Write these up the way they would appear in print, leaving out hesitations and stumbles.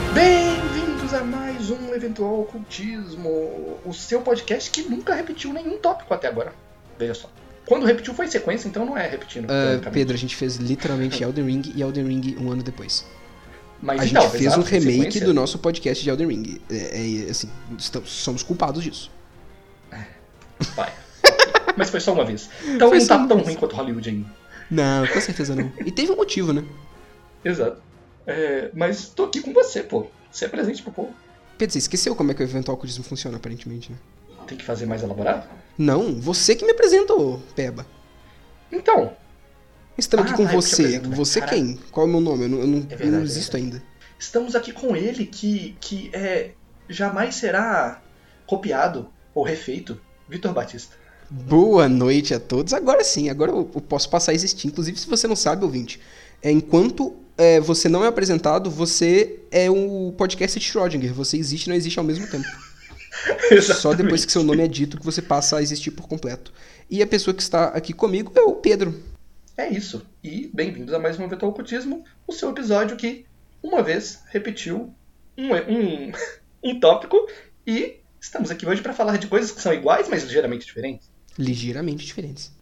Bem-vindos a mais um Eventual Ocultismo, o seu podcast que nunca repetiu nenhum tópico até agora. Veja só. Quando repetiu foi em sequência, então não é repetindo. Pedro, a gente fez literalmente Elden Ring e Elden Ring um ano depois. Mas a então, gente fez um remake sequência do nosso podcast de Elden Ring. Assim, somos culpados disso. Vai. Mas foi só uma vez. Então não tá tão ruim quanto Hollywood ainda. Não, com certeza não. E teve um motivo, né? Exato. Mas tô aqui com você, pô. Você é presente pro povo. Pedro, você esqueceu como é que o Eventual Ocultismo funciona, aparentemente, né? Tem que fazer mais elaborado? Não, você que me apresentou, Peba. Então. Estamos aqui com você. Você Caraca. quem? Qual é o meu nome? Eu Verdade, não existo ainda. Estamos aqui com ele que jamais será copiado ou refeito. Vitor Batista. Boa noite a todos. Agora sim, agora eu posso passar a existir. Inclusive, se você não sabe, ouvinte, enquanto você não é apresentado, você é o podcast de Schrödinger. Você existe e não existe ao mesmo tempo. Só depois que seu nome é dito que você passa a existir por completo. E a pessoa que está aqui comigo é o Pedro. É isso. E bem-vindos a mais um Eventual Ocultismo, o seu episódio que, uma vez, repetiu um tópico. E estamos aqui hoje para falar de coisas que são iguais, mas ligeiramente diferentes. Ligeiramente diferentes.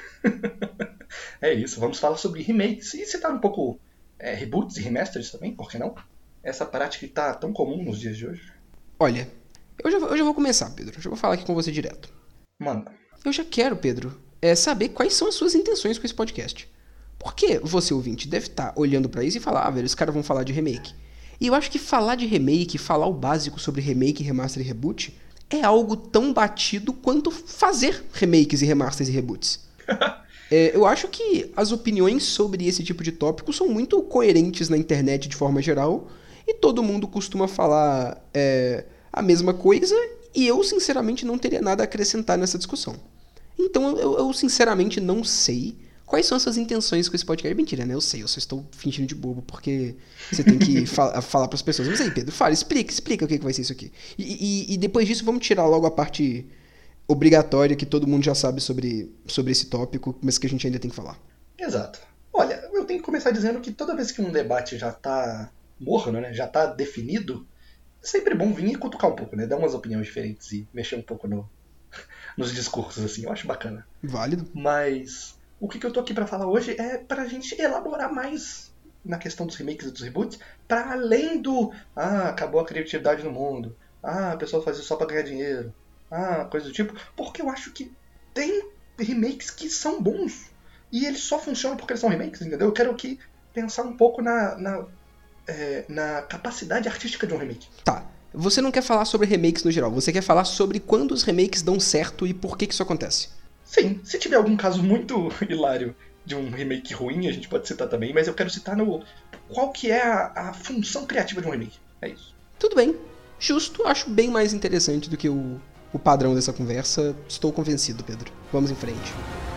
É isso. Vamos falar sobre remakes e citar um pouco reboots e remasters também, por que não? Essa prática que está tão comum nos dias de hoje. Olha, eu já vou começar, Pedro. Já vou falar aqui com você direto. Manda. Eu já quero, Pedro, saber quais são as suas intenções com esse podcast. Porque você, ouvinte, deve estar olhando pra isso e falar, velho, os caras vão falar de remake. E eu acho que falar de remake, falar o básico sobre remake, remaster e reboot, é algo tão batido quanto fazer remakes e remasters e reboots. Eu acho que as opiniões sobre esse tipo de tópico são muito coerentes na internet de forma geral, e todo mundo costuma falar a mesma coisa, e eu, sinceramente, não teria nada a acrescentar nessa discussão. Então, eu sinceramente não sei quais são as suas intenções com esse podcast. Mentira, né? Eu sei, eu só estou fingindo de bobo, porque você tem que falar para as pessoas. Mas aí, Pedro, fala, explica o que vai ser isso aqui. E depois disso, vamos tirar logo a parte obrigatória que todo mundo já sabe sobre esse tópico, mas que a gente ainda tem que falar. Exato. Olha, eu tenho que começar dizendo que toda vez que um debate já tá morno, né, já tá definido, é sempre bom vir e cutucar um pouco, né, dar umas opiniões diferentes e mexer um pouco nos discursos, assim, eu acho bacana. Válido. Mas o que eu tô aqui pra falar hoje é pra gente elaborar mais na questão dos remakes e dos reboots, pra além do acabou a criatividade no mundo, a pessoa faz isso só pra ganhar dinheiro, coisa do tipo, porque eu acho que tem remakes que são bons e eles só funcionam porque eles são remakes, entendeu? Eu quero aqui pensar um pouco na capacidade artística de um remake. Tá, você não quer falar sobre remakes no geral, você quer falar sobre quando os remakes dão certo e por que isso acontece. Sim, se tiver algum caso muito hilário de um remake ruim, a gente pode citar também, mas eu quero citar qual que é a função criativa de um remake. É isso. Tudo bem, justo, acho bem mais interessante do que o padrão dessa conversa. Estou convencido, Pedro. Vamos em frente.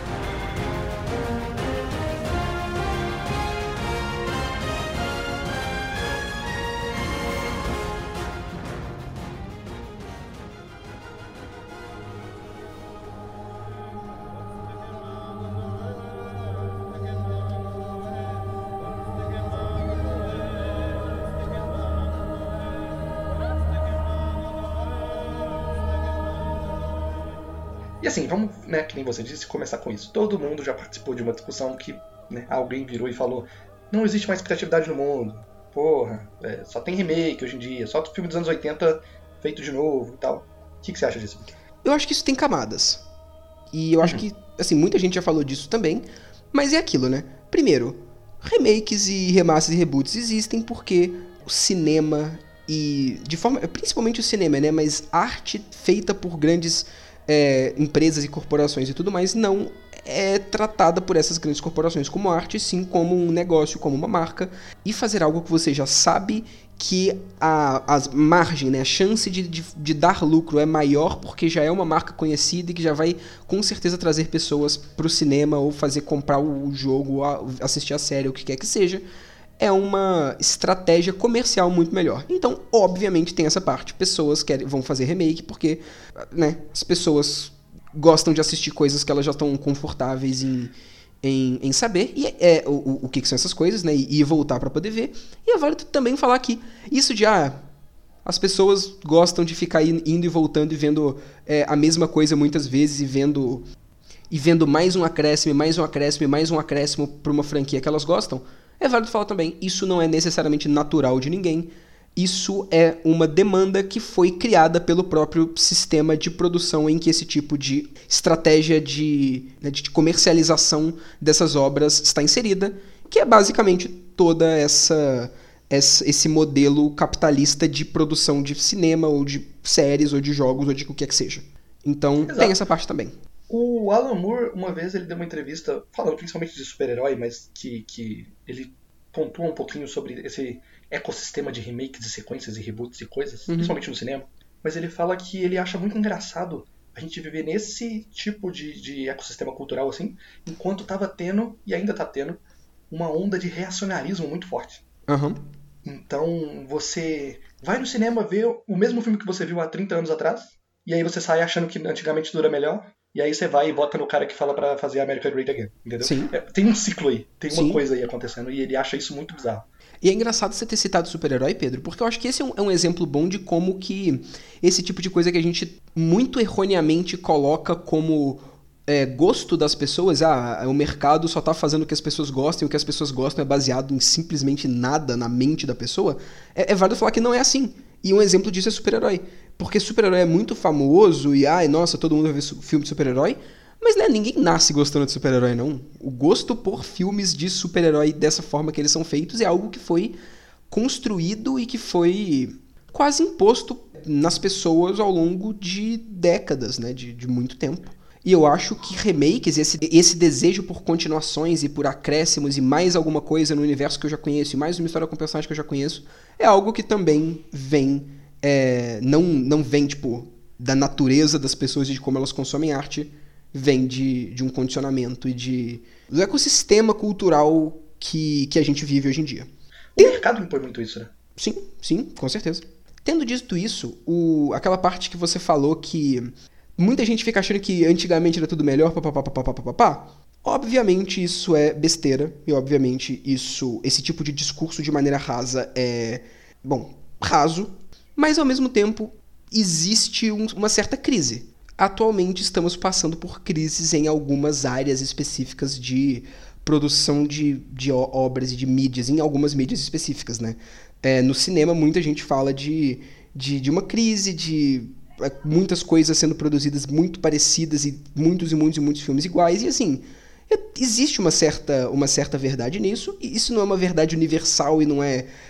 E assim, vamos, né, que nem você disse, começar com isso. Todo mundo já participou de uma discussão que, né, alguém virou e falou: não existe mais criatividade no mundo. Porra, só tem remake hoje em dia, só filme dos anos 80 feito de novo e tal. O que você acha disso? Eu acho que isso tem camadas. E eu acho que, assim, muita gente já falou disso também, mas é aquilo, né? Primeiro, remakes e remasters e reboots existem porque o cinema principalmente o cinema, né? Mas arte feita por grandes empresas e corporações e tudo mais não é tratada por essas grandes corporações como arte, sim como um negócio, como uma marca. E fazer algo que você já sabe que a margem, né, a chance de dar lucro é maior porque já é uma marca conhecida e que já vai com certeza trazer pessoas pro cinema ou fazer comprar o jogo, ou assistir a série, o que quer que seja, é uma estratégia comercial muito melhor. Então, obviamente, tem essa parte. Pessoas vão fazer remake porque, né, as pessoas gostam de assistir coisas que elas já estão confortáveis em saber o que são essas coisas, né? E voltar pra poder ver. E é válido também falar aqui. Isso de, as pessoas gostam de ficar indo e voltando e vendo a mesma coisa muitas vezes e vendo mais um acréscimo, mais um acréscimo e mais um acréscimo pra uma franquia que elas gostam. É válido falar também. Isso não é necessariamente natural de ninguém. Isso é uma demanda que foi criada pelo próprio sistema de produção em que esse tipo de estratégia de comercialização dessas obras está inserida, que é basicamente toda esse modelo capitalista de produção de cinema, ou de séries, ou de jogos, ou de o que é que seja. Então, exato, tem essa parte também. O Alan Moore, uma vez, ele deu uma entrevista falando principalmente de super-herói, mas que ele pontua um pouquinho sobre esse ecossistema de remakes e sequências e reboots e coisas, principalmente no cinema. Mas ele fala que ele acha muito engraçado a gente viver nesse tipo de ecossistema cultural assim, enquanto estava tendo, e ainda está tendo, uma onda de reacionarismo muito forte. Então você vai no cinema ver o mesmo filme que você viu há 30 anos atrás, e aí você sai achando que antigamente tudo era melhor, e aí você vai e vota no cara que fala pra fazer America Great Again, entendeu? Sim. Tem um ciclo aí, tem uma coisa aí acontecendo, e ele acha isso muito bizarro. E é engraçado você ter citado super-herói, Pedro, porque eu acho que esse é um exemplo bom de como que esse tipo de coisa que a gente muito erroneamente coloca como gosto das pessoas, o mercado só tá fazendo o que as pessoas gostam, e o que as pessoas gostam é baseado em simplesmente nada na mente da pessoa, é válido falar que não é assim. E um exemplo disso é super-herói. Porque super-herói é muito famoso e, nossa, todo mundo vai ver filme de super-herói, mas né, ninguém nasce gostando de super-herói, não. O gosto por filmes de super-herói dessa forma que eles são feitos é algo que foi construído e que foi quase imposto nas pessoas ao longo de décadas, né, de muito tempo. E eu acho que remakes, esse desejo por continuações e por acréscimos e mais alguma coisa no universo que eu já conheço, e mais uma história com personagem que eu já conheço, é algo que também vem, não vem, tipo, da natureza das pessoas e de como elas consomem arte, vem de um condicionamento e do ecossistema cultural que a gente vive hoje em dia. O mercado impõe muito isso, né? Sim, com certeza. Tendo dito isso, aquela parte que você falou que muita gente fica achando que antigamente era tudo melhor, obviamente isso é besteira, e obviamente esse tipo de discurso de maneira rasa é, raso, mas ao mesmo tempo existe uma certa crise. Atualmente estamos passando por crises em algumas áreas específicas de produção de obras e de mídias, em algumas mídias específicas, né? No cinema, muita gente fala de uma crise, de muitas coisas sendo produzidas muito parecidas e muitos filmes iguais, e assim, existe uma certa verdade nisso, e isso não é uma verdade universal e não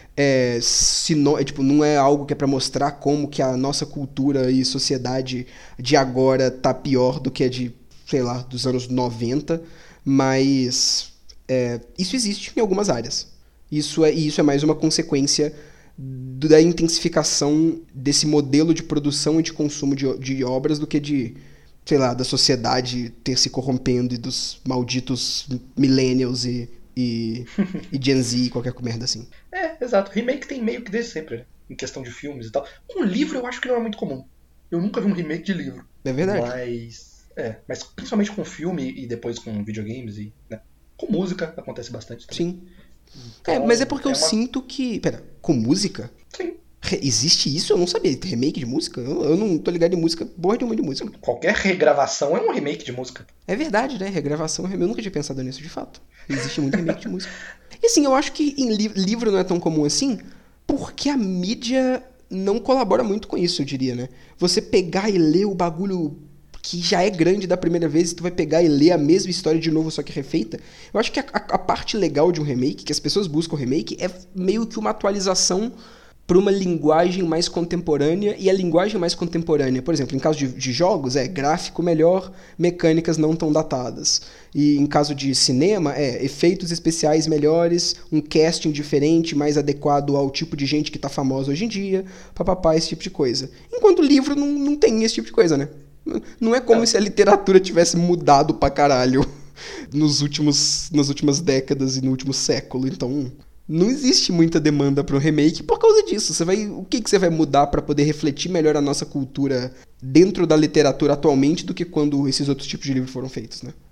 não é algo que é pra mostrar como que a nossa cultura e sociedade de agora tá pior do que a de, sei lá, dos anos 90, mas isso existe em algumas áreas. Isso é mais uma consequência da intensificação desse modelo de produção e de consumo de obras do que da sociedade ter se corrompendo e dos malditos millennials e Gen Z e qualquer merda assim. Exato. Remake tem meio que desde sempre, né? Em questão de filmes e tal. Com livro eu acho que não é muito comum. Eu nunca vi um remake de livro. É verdade. Mas principalmente com filme e depois com videogames e, né? Com música acontece bastante também. Sim. Então, mas é porque eu sinto que... Pera, com música? Sim. Existe isso? Eu não sabia. Tem remake de música? Eu não tô ligado em música, porra de uma de música. Qualquer regravação é um remake de música. É verdade, né? Regravação, eu nunca tinha pensado nisso de fato. Existe muito remake de música. E assim, eu acho que em livro não é tão comum assim, porque a mídia não colabora muito com isso, eu diria, né? Você pegar e ler o bagulho que já é grande da primeira vez e tu vai pegar e ler a mesma história de novo, só que refeita. Eu acho que a parte legal de um remake, que as pessoas buscam remake, é meio que uma atualização para uma linguagem mais contemporânea, e a linguagem mais contemporânea, por exemplo, em caso de jogos, gráfico melhor, mecânicas não tão datadas. E em caso de cinema, efeitos especiais melhores, um casting diferente, mais adequado ao tipo de gente que tá famosa hoje em dia, esse tipo de coisa. Enquanto livro não tem esse tipo de coisa, né? Não é como se a literatura tivesse mudado pra caralho nas últimas décadas e no último século, então não existe muita demanda para um remake por causa disso. O que você vai mudar para poder refletir melhor a nossa cultura dentro da literatura atualmente do que quando esses outros tipos de livros foram feitos, né?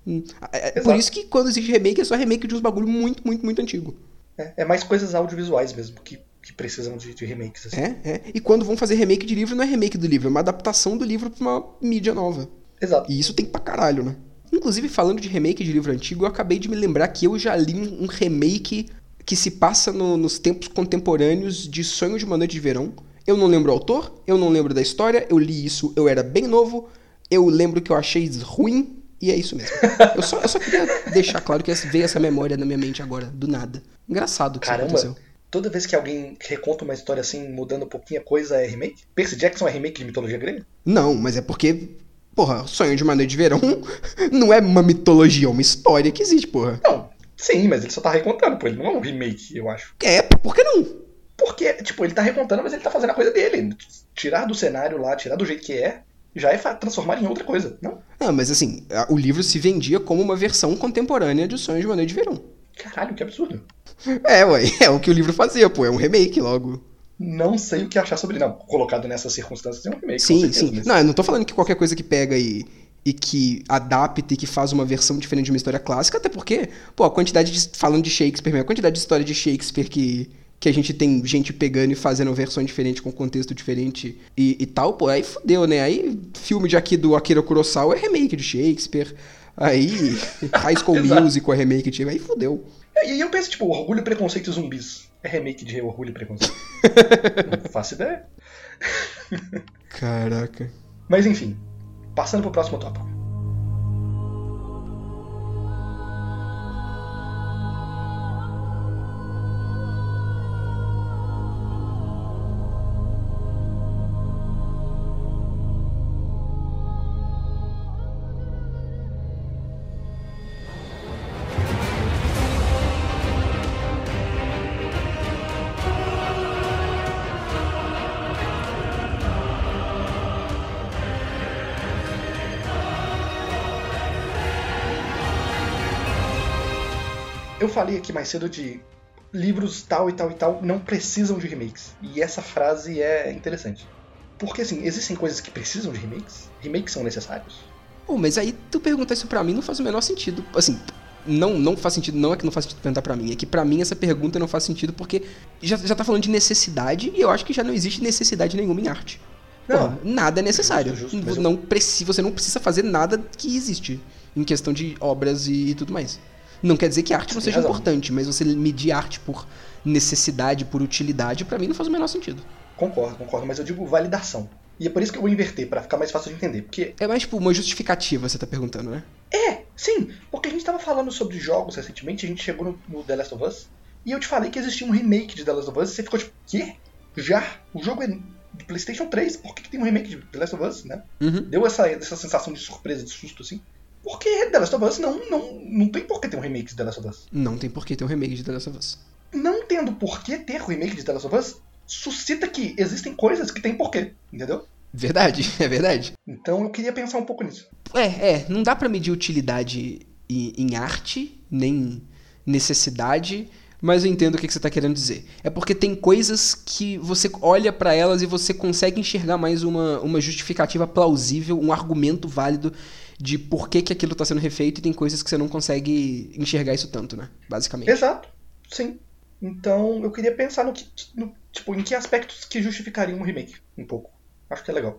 Por isso que quando existe remake, é só remake de uns bagulho muito, muito, muito antigo. É mais coisas audiovisuais mesmo que precisam de remakes. Assim. E quando vão fazer remake de livro, não é remake do livro, é uma adaptação do livro pra uma mídia nova. Exato. E isso tem pra caralho, né? Inclusive, falando de remake de livro antigo, eu acabei de me lembrar que eu já li um remake que se passa nos tempos contemporâneos de Sonho de uma Noite de Verão. Eu não lembro o autor, eu não lembro da história, eu li isso, eu era bem novo, eu lembro que eu achei ruim, e é isso mesmo. Eu só queria deixar claro que veio essa memória na minha mente agora, do nada. Engraçado que isso aconteceu. Toda vez que alguém reconta uma história assim, mudando um pouquinho a coisa, é remake? Percy Jackson é remake de mitologia grega? Não, mas é porque, porra, Sonho de uma Noite de Verão não é uma mitologia, é uma história que existe, porra. Não, sim, mas ele só tá recontando, pô, ele não é um remake, eu acho. Por que não? Porque, tipo, ele tá recontando, mas ele tá fazendo a coisa dele. Tirar do cenário lá, tirar do jeito que já é transformar em outra coisa, não? Mas assim, o livro se vendia como uma versão contemporânea de Sonho de uma Noite de Verão. Caralho, que absurdo. É o que o livro fazia, pô, é um remake logo. Não sei o que achar sobre, não. Colocado nessas circunstâncias é um remake. Sim. Mas... Não, eu não tô falando que qualquer coisa que pega e que adapta e que faz uma versão diferente de uma história clássica, até porque, pô, falando de Shakespeare, a quantidade de história de Shakespeare que a gente tem gente pegando e fazendo versões diferentes com contexto diferente e tal, pô, aí fudeu, né? Aí filme do Akira Kurosawa é remake de Shakespeare, aí High School Musical é remake de... Aí fudeu. E aí eu penso, tipo, Orgulho, Preconceito e Zumbis é remake de Orgulho e Preconceito. Não faço ideia. Caraca. Mas enfim, passando pro próximo tópico. Eu falei aqui mais cedo de livros tal e tal e tal não precisam de remakes. E essa frase é interessante. Porque, assim, existem coisas que precisam de remakes? Remakes são necessários? Mas aí tu perguntar isso pra mim não faz o menor sentido. Assim, não faz sentido, não é que não faz sentido perguntar pra mim. É que pra mim essa pergunta não faz sentido porque já tá falando de necessidade e eu acho que já não existe necessidade nenhuma em arte. Não, nada é necessário. Justo, você não precisa fazer nada que existe em questão de obras e tudo mais. Não quer dizer que a arte não seja importante, mas você medir arte por necessidade, por utilidade, pra mim não faz o menor sentido. Concordo, mas eu digo validação. E é por isso que eu vou inverter, pra ficar mais fácil de entender. Porque... É mais tipo uma justificativa, você tá perguntando, né? Sim, porque a gente tava falando sobre jogos recentemente, a gente chegou no The Last of Us, e eu te falei que existia um remake de The Last of Us, e você ficou tipo, quê? Já? O jogo é do PlayStation 3, por que tem um remake de The Last of Us, né? Uhum. Deu essa sensação de surpresa, de susto, assim. Porque The Last of Us não tem por que ter um remake de The Last of Us. Não tem por que ter um remake de The Last of Us. Não tendo por que ter um remake de The Last of Us, suscita que existem coisas que tem porquê, entendeu? Verdade, é verdade. Então eu queria pensar um pouco nisso. Não dá pra medir utilidade em arte, nem necessidade, mas eu entendo o que você tá querendo dizer. É porque tem coisas que você olha pra elas e você consegue enxergar mais uma justificativa plausível, um argumento válido de por que aquilo tá sendo refeito, e tem coisas que você não consegue enxergar isso tanto, né? Basicamente. Exato, sim. Então eu queria pensar em que aspectos que justificariam um remake, um pouco. Acho que é legal.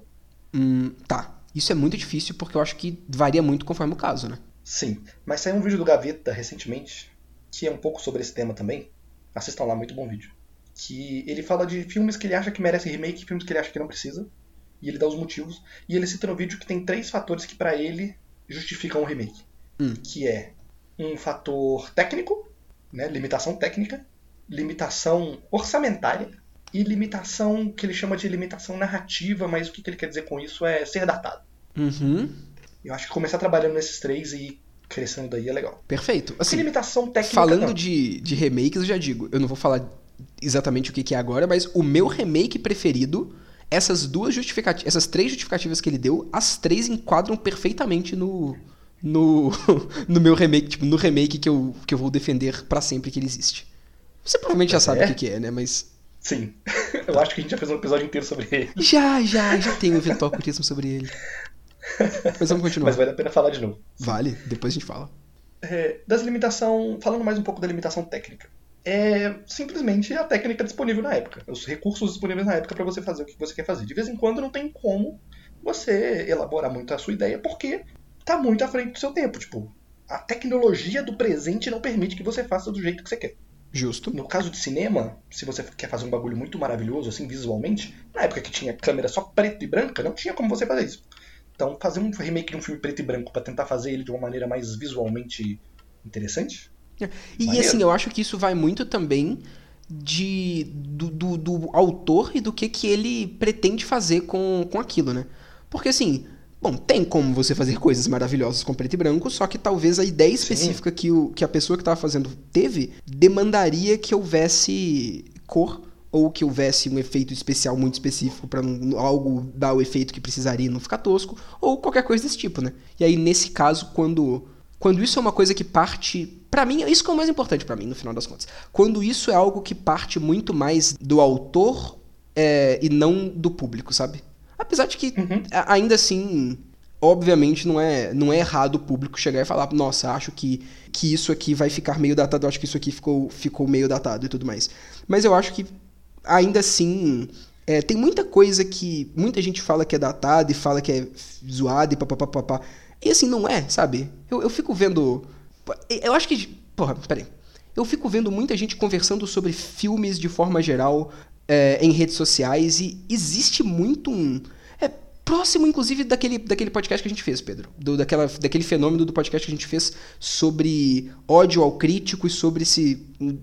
Tá. Isso é muito difícil porque eu acho que varia muito conforme o caso, né? Sim, mas saiu um vídeo do Gaveta recentemente, que é um pouco sobre esse tema também. Assistam lá, muito bom vídeo. Que ele fala de filmes que ele acha que merecem remake e filmes que ele acha que não precisa. E ele dá os motivos. E ele cita no vídeo que tem 3 fatores que pra ele justificam um remake. Que é um fator técnico, né, limitação técnica, limitação orçamentária e limitação que ele chama de limitação narrativa, mas o que ele quer dizer com isso é ser datado. Uhum. Eu acho que começar trabalhando nesses 3 e ir crescendo daí é legal. Perfeito. Assim, que limitação técnica falando de remakes, eu já digo, eu não vou falar exatamente o que é agora, mas o meu remake preferido, essas 3 justificativas que ele deu, as 3 enquadram perfeitamente no meu remake, tipo, no remake que eu vou defender pra sempre que ele existe. Você provavelmente já sabe o que é, né? Mas... Sim. Eu acho que a gente já fez um episódio inteiro sobre ele. Já tem um eventual curtíssimo sobre ele. Mas vamos continuar. Mas vale a pena falar de novo. Vale, depois a gente fala. Falando mais um pouco da limitação técnica. É simplesmente a técnica disponível na época. Os recursos disponíveis na época para você fazer o que você quer fazer. De vez em quando não tem como você elaborar muito a sua ideia, porque tá muito à frente do seu tempo. Tipo, a tecnologia do presente não permite que você faça do jeito que você quer. Justo. No caso de cinema, se você quer fazer um bagulho muito maravilhoso, assim, visualmente, na época que tinha câmera só preto e branca, não tinha como você fazer isso. Então, fazer um remake de um filme preto e branco pra tentar fazer ele de uma maneira mais visualmente interessante. E assim, eu acho que isso vai muito também do autor e do que ele pretende fazer com aquilo, né? Porque assim, bom, tem como você fazer coisas maravilhosas com preto e branco, só que talvez a ideia específica que a pessoa que estava fazendo teve demandaria que houvesse cor ou que houvesse um efeito especial muito específico para algo dar o efeito que precisaria e não ficar tosco, ou qualquer coisa desse tipo, né? E aí, nesse caso, quando isso é uma coisa que parte... Pra mim, isso que é o mais importante pra mim, no final das contas. Quando isso é algo que parte muito mais do autor e não do público, sabe? Apesar de que, ainda assim, obviamente não é errado o público chegar e falar, nossa, acho que isso aqui vai ficar meio datado, acho que isso aqui ficou meio datado e tudo mais. Mas eu acho que, ainda assim, tem muita coisa que muita gente fala que é datada e fala que é zoada e papapá. E assim, não é, sabe? Eu fico vendo... Eu acho que... Porra, peraí. Eu fico vendo muita gente conversando sobre filmes de forma geral em redes sociais e existe muito próximo, inclusive, daquele podcast que a gente fez, Pedro. Daquele fenômeno do podcast que a gente fez sobre ódio ao crítico e sobre esse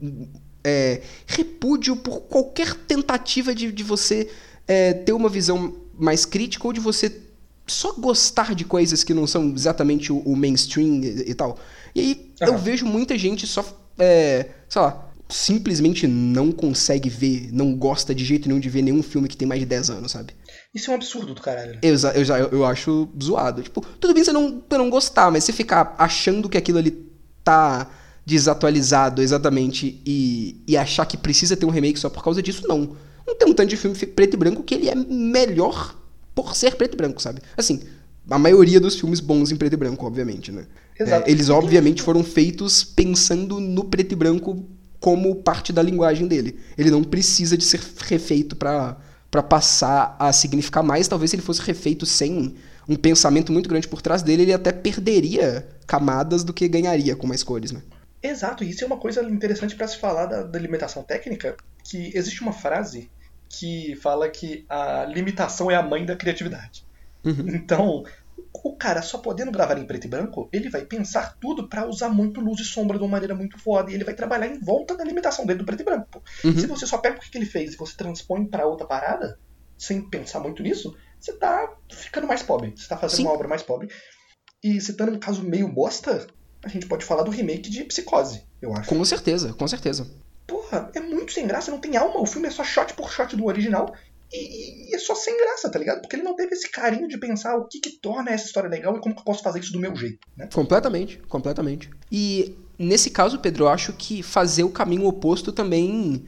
repúdio por qualquer tentativa de você ter uma visão mais crítica ou de você só gostar de coisas que não são exatamente o mainstream e tal. E aí eu vejo muita gente só, sei lá, simplesmente não consegue ver, não gosta de jeito nenhum de ver nenhum filme que tem mais de 10 anos, sabe? Isso é um absurdo do caralho. Eu acho zoado. Tipo, tudo bem você não gostar, mas você ficar achando que aquilo ali tá desatualizado exatamente e achar que precisa ter um remake só por causa disso, não. Não tem um tanto de filme preto e branco que ele é melhor por ser preto e branco, sabe? Assim, a maioria dos filmes bons em preto e branco, obviamente, né? Exato. Eles, obviamente, foram feitos pensando no preto e branco como parte da linguagem dele. Ele não precisa de ser refeito pra passar a significar mais. Talvez se ele fosse refeito sem um pensamento muito grande por trás dele, ele até perderia camadas do que ganharia com mais cores, né? Exato, e isso é uma coisa interessante pra se falar da limitação técnica, que existe uma frase que fala que a limitação é a mãe da criatividade. Então, o cara só podendo gravar em preto e branco, ele vai pensar tudo pra usar muito luz e sombra de uma maneira muito foda, e ele vai trabalhar em volta da limitação dele do preto e branco. Se você só pega o que ele fez e você transpõe pra outra parada, sem pensar muito nisso, você tá ficando mais pobre. Você tá fazendo uma obra mais pobre. E citando um caso meio bosta, a gente pode falar do remake de Psicose, eu acho. Com certeza, com certeza. Porra, é muito sem graça, não tem alma. O filme é só shot por shot do original e é só sem graça, tá ligado? Porque ele não teve esse carinho de pensar o que torna essa história legal e como que eu posso fazer isso do meu jeito, né? Completamente, completamente. E nesse caso, Pedro, eu acho que fazer o caminho oposto também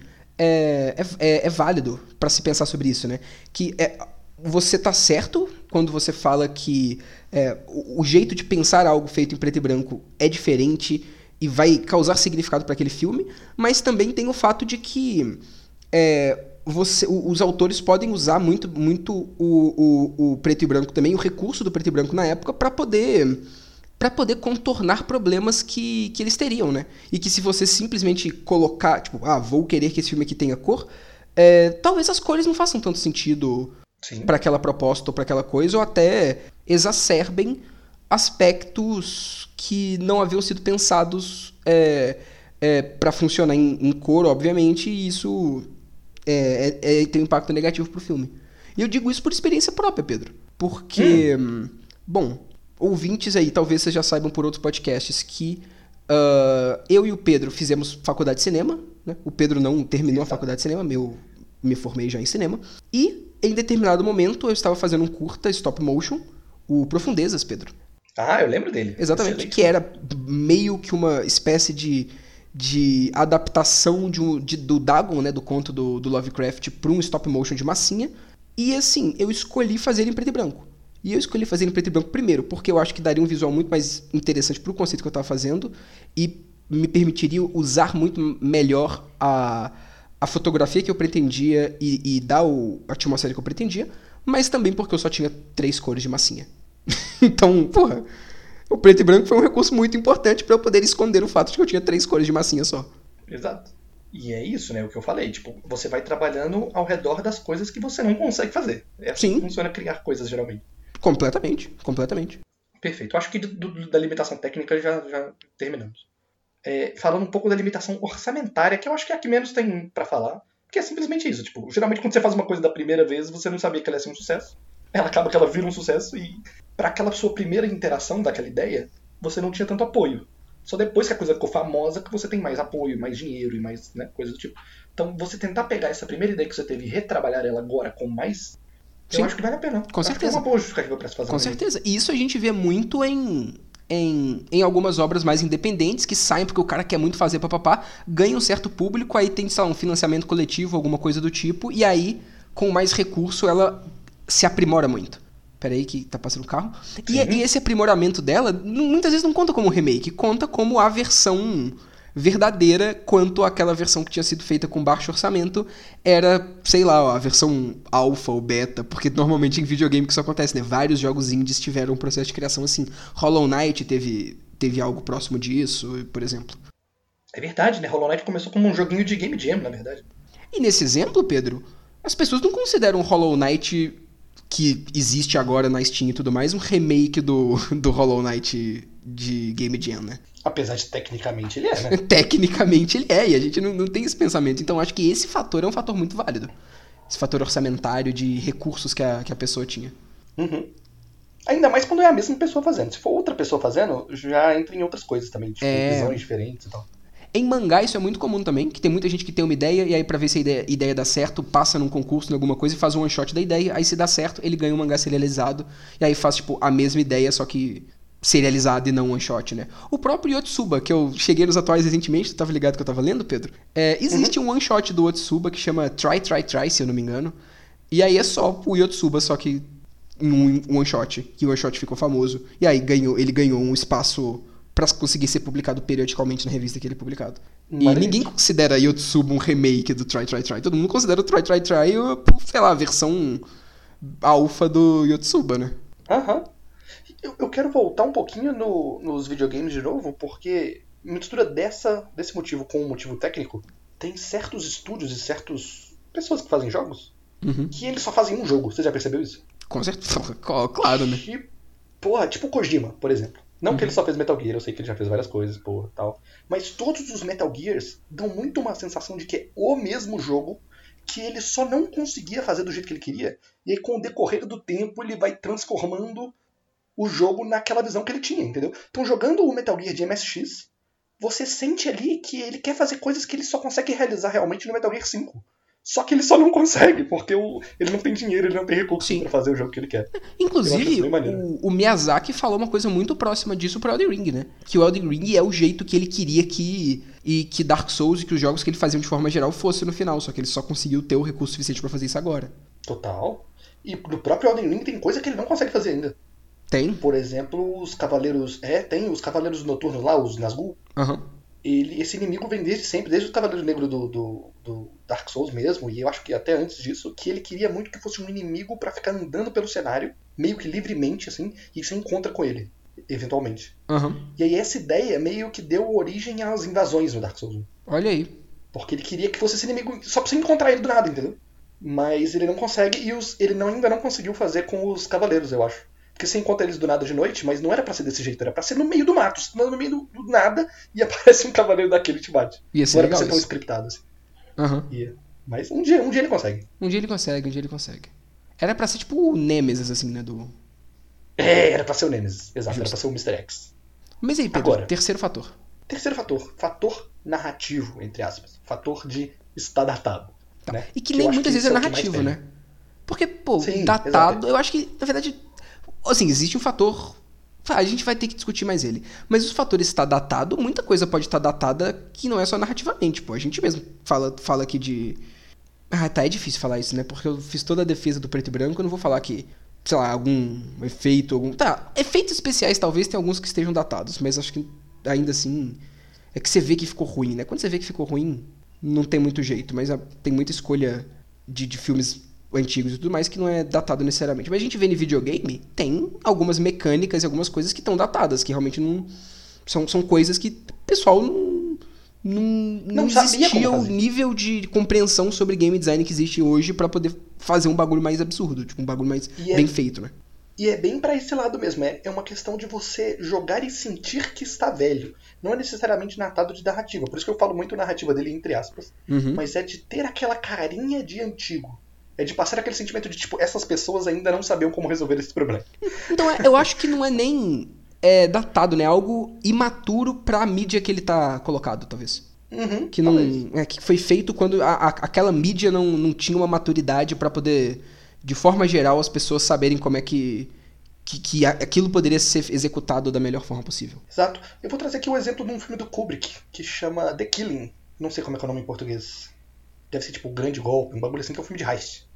é válido pra se pensar sobre isso, né? Que você tá certo quando você fala que o jeito de pensar algo feito em preto e branco é diferente e vai causar significado para aquele filme, mas também tem o fato de que os autores podem usar muito o preto e branco também, o recurso do preto e branco na época, para poder contornar problemas que eles teriam, né? E que se você simplesmente colocar, tipo, vou querer que esse filme aqui tenha cor, talvez as cores não façam tanto sentido para aquela proposta ou para aquela coisa, ou até exacerbem aspectos que não haviam sido pensados para funcionar em cor, obviamente, e isso tem um impacto negativo pro filme. E eu digo isso por experiência própria, Pedro. Porque, bom, ouvintes aí, talvez vocês já saibam por outros podcasts que eu e o Pedro fizemos faculdade de cinema, né? O Pedro não terminou a faculdade de cinema, eu me formei já em cinema. E, em determinado momento, eu estava fazendo um curta stop motion, o Profundezas, Pedro. Eu lembro dele. Exatamente, excelente. Que era meio que uma espécie de adaptação do Dagon, né, do conto do Lovecraft, para um stop motion de massinha. E assim, eu escolhi fazer ele em preto e branco. E eu escolhi fazer em preto e branco primeiro, porque eu acho que daria um visual muito mais interessante pro conceito que eu tava fazendo e me permitiria usar muito melhor a fotografia que eu pretendia e dar a atmosfera que eu pretendia, mas também porque eu só tinha 3 cores de massinha. Então, porra, o preto e branco foi um recurso muito importante para eu poder esconder o fato de que eu tinha 3 cores de massinha só. Exato. E é isso, né? O que eu falei. Tipo, você vai trabalhando ao redor das coisas que você não consegue fazer. É assim que funciona criar coisas, geralmente. Completamente. Perfeito. Acho que da limitação técnica já terminamos. Falando um pouco da limitação orçamentária, que eu acho que é a que menos tem pra falar. Que é simplesmente isso. Tipo, geralmente quando você faz uma coisa da primeira vez, você não sabia que ela ia ser um sucesso. Ela acaba que ela vira um sucesso e pra aquela sua primeira interação daquela ideia, você não tinha tanto apoio. Só depois que a coisa ficou famosa que você tem mais apoio, mais dinheiro e mais, né, coisas do tipo. Então, você tentar pegar essa primeira ideia que você teve e retrabalhar ela agora com mais, eu acho que vale a pena. Com certeza. É uma boa justificativa pra se fazer. Com certeza. E isso a gente vê muito em algumas obras mais independentes que saem porque o cara quer muito fazer papapá, ganha um certo público, aí tem, sei lá, um financiamento coletivo, alguma coisa do tipo, e aí, com mais recurso, ela se aprimora muito. Peraí que tá passando o carro. E esse aprimoramento dela, muitas vezes não conta como remake, conta como a versão verdadeira, quanto aquela versão que tinha sido feita com baixo orçamento era, sei lá, a versão alfa ou beta, porque normalmente em videogame que isso acontece, né? Vários jogos indies tiveram um processo de criação assim. Hollow Knight teve algo próximo disso, por exemplo. É verdade, né? Hollow Knight começou como um joguinho de Game Jam, na verdade. E nesse exemplo, Pedro, as pessoas não consideram Hollow Knight, que existe agora na Steam e tudo mais, um remake do Hollow Knight de Game Jam, né? Apesar de tecnicamente ele é, né? Tecnicamente ele é, e a gente não tem esse pensamento. Então acho que esse fator é um fator muito válido. Esse fator orçamentário de recursos que a pessoa tinha. Uhum. Ainda mais quando é a mesma pessoa fazendo. Se for outra pessoa fazendo, já entra em outras coisas também, tipo visões diferentes e tal. Em mangá isso é muito comum também, que tem muita gente que tem uma ideia e aí pra ver se a ideia dá certo, passa num concurso, em alguma coisa e faz um one shot da ideia, aí se dá certo, ele ganha um mangá serializado e aí faz tipo a mesma ideia, só que serializado e não one shot, né? O próprio Yotsuba, que eu cheguei nos atuais recentemente, tu tava ligado que eu tava lendo, Pedro? Existe um one shot do Yotsuba que chama Try, se eu não me engano, e aí é só o Yotsuba, só que em um one shot, que o one shot ficou famoso, e aí ele ganhou um espaço pra conseguir ser publicado periodicamente na revista que ele é publicado. E ninguém considera Yotsuba um remake do Try. Todo mundo considera o Try, sei lá, a versão alfa do Yotsuba, né? Aham. Eu quero voltar um pouquinho nos videogames de novo, porque mistura desse motivo com um motivo técnico, tem certos estúdios e certas pessoas que fazem jogos que eles só fazem um jogo. Você já percebeu isso? Com certeza, claro, né? Tipo o Kojima, por exemplo. Não que ele só fez Metal Gear, eu sei que ele já fez várias coisas, tal. Mas todos os Metal Gears dão muito uma sensação de que é o mesmo jogo, que ele só não conseguia fazer do jeito que ele queria, e aí com o decorrer do tempo ele vai transformando o jogo naquela visão que ele tinha, entendeu? Então jogando o Metal Gear de MSX, você sente ali que ele quer fazer coisas que ele só consegue realizar realmente no Metal Gear 5. Só que ele só não consegue, porque ele não tem dinheiro, ele não tem recursos pra fazer o jogo que ele quer. Inclusive, o Miyazaki falou uma coisa muito próxima disso pro Elden Ring, né? Que o Elden Ring é o jeito que ele queria que Dark Souls e que os jogos que ele fazia de forma geral fossem no final, só que ele só conseguiu ter o recurso suficiente pra fazer isso agora. Total. E no próprio Elden Ring tem coisa que ele não consegue fazer ainda. Tem? Por exemplo, os Cavaleiros... tem os Cavaleiros Noturnos lá, os Nazgûl. Esse inimigo vem desde sempre, desde o Cavaleiro Negro do Dark Souls mesmo, e eu acho que até antes disso, que ele queria muito que fosse um inimigo pra ficar andando pelo cenário, meio que livremente, assim, e você encontra com ele, eventualmente. E aí essa ideia meio que deu origem às invasões no Dark Souls 1. Olha aí. Porque ele queria que fosse esse inimigo só pra você encontrar ele do nada, entendeu? Mas ele não consegue, e ele ainda não conseguiu fazer com os Cavaleiros, eu acho. Porque você encontra eles do nada de noite, mas não era pra ser desse jeito, era pra ser no meio do mato. Você tá no meio do nada e aparece um cavaleiro daquele e te bate. Não era pra ser tão scriptado assim. Mas um dia ele consegue. Um dia ele consegue. Era pra ser tipo o Nemesis, assim, né? Era pra ser o Nemesis, exato. Era pra ser o Mr. X. Mas aí, Pedro, agora, terceiro fator. Fator narrativo, entre aspas. Fator de estar datado. Tá. Né? E que nem muitas vezes é narrativo, né? Porque, datado, exato. Eu acho que, na verdade... Assim, existe um fator... A gente vai ter que discutir mais ele. Mas os fatores estar datado, muita coisa pode estar datada que não é só narrativamente. Pô, a gente mesmo fala aqui de... é difícil falar isso, né? Porque eu fiz toda a defesa do preto e branco, eu não vou falar que sei lá, algum efeito, Tá, efeitos especiais talvez tem alguns que estejam datados, mas acho que ainda assim é que você vê que ficou ruim, né? Quando você vê que ficou ruim, não tem muito jeito, mas tem muita escolha de filmes antigos e tudo mais que não é datado necessariamente. Mas a gente vê em videogame, tem algumas mecânicas e algumas coisas que estão datadas, que realmente não... São coisas que o pessoal não existia o nível de compreensão sobre game design que existe hoje pra poder fazer um bagulho mais absurdo, tipo, um bagulho mais bem feito, né? E é bem pra esse lado mesmo, é uma questão de você jogar e sentir que está velho. Não é necessariamente datado de narrativa, por isso que eu falo muito narrativa dele entre aspas. Mas é de ter aquela carinha de antigo. É de passar aquele sentimento de, tipo, essas pessoas ainda não sabiam como resolver esse problema. Então, eu acho que não é nem datado, né? É algo imaturo pra mídia que ele tá colocado, talvez. Que não que foi feito quando aquela mídia não tinha uma maturidade pra poder, de forma geral, as pessoas saberem como é que aquilo poderia ser executado da melhor forma possível. Exato. Eu vou trazer aqui o exemplo de um filme do Kubrick, que chama The Killing. Não sei como é que é o nome em português. Deve ser tipo O Grande Golpe, um bagulho assim, que é um filme de heist.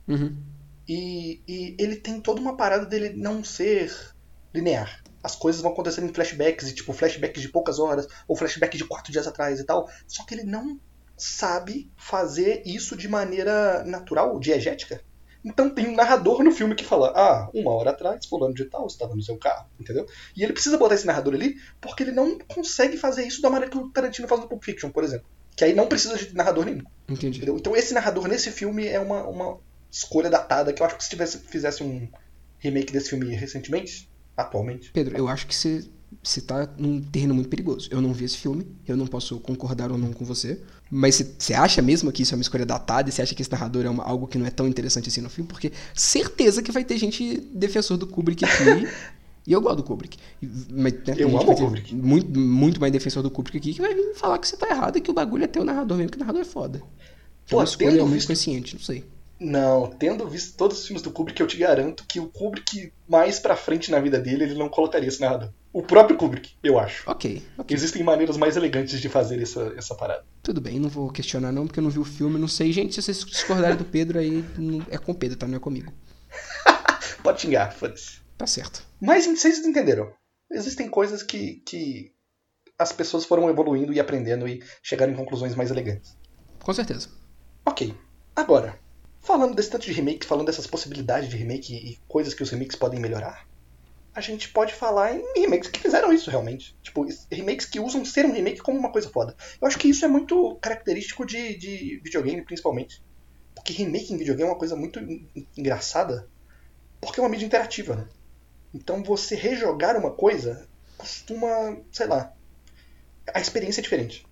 E ele tem toda uma parada dele não ser linear. As coisas vão acontecendo em flashbacks, e tipo flashbacks de poucas horas, ou flashbacks de 4 dias atrás e tal. Só que ele não sabe fazer isso de maneira natural, diegética. Então tem um narrador no filme que fala, 1 hora atrás, fulano de tal estava no seu carro, entendeu? E ele precisa botar esse narrador ali, porque ele não consegue fazer isso da maneira que o Tarantino faz no Pulp Fiction, por exemplo. Que aí não precisa de narrador nenhum. Entendi. Entendeu? Então esse narrador nesse filme é uma escolha datada, que eu acho que se fizesse um remake desse filme recentemente, atualmente... Pedro, eu acho que você tá num terreno muito perigoso. Eu não vi esse filme, eu não posso concordar ou não com você, mas você acha mesmo que isso é uma escolha datada e você acha que esse narrador é algo que não é tão interessante assim no filme? Porque certeza que vai ter gente defensor do Kubrick aqui, e eu gosto do Kubrick. Mas, né, eu amo o Kubrick. Muito mais defensor do Kubrick aqui que vai vir falar que você tá errado e que o bagulho é ter o narrador mesmo, que o narrador é foda. É uma escolha muito consciente, não sei. Não, tendo visto todos os filmes do Kubrick, eu te garanto que o Kubrick, mais pra frente na vida dele, ele não colocaria esse narrador. O próprio Kubrick, eu acho. Ok. Existem maneiras mais elegantes de fazer essa parada. Tudo bem, não vou questionar não, porque eu não vi o filme, não sei. Gente, se vocês discordarem do Pedro, aí é com o Pedro, tá? Não é comigo. Pode xingar, foda-se. Tá certo. Mas vocês entenderam. Existem coisas que as pessoas foram evoluindo e aprendendo e chegaram em conclusões mais elegantes. Com certeza. Ok. Agora, falando desse tanto de remake, falando dessas possibilidades de remake e coisas que os remakes podem melhorar, a gente pode falar em remakes que fizeram isso realmente. Tipo, remakes que usam ser um remake como uma coisa foda. Eu acho que isso é muito característico de videogame, principalmente. Porque remake em videogame é uma coisa muito engraçada, porque é uma mídia interativa, né? Então você rejogar uma coisa costuma, sei lá, a experiência é diferente.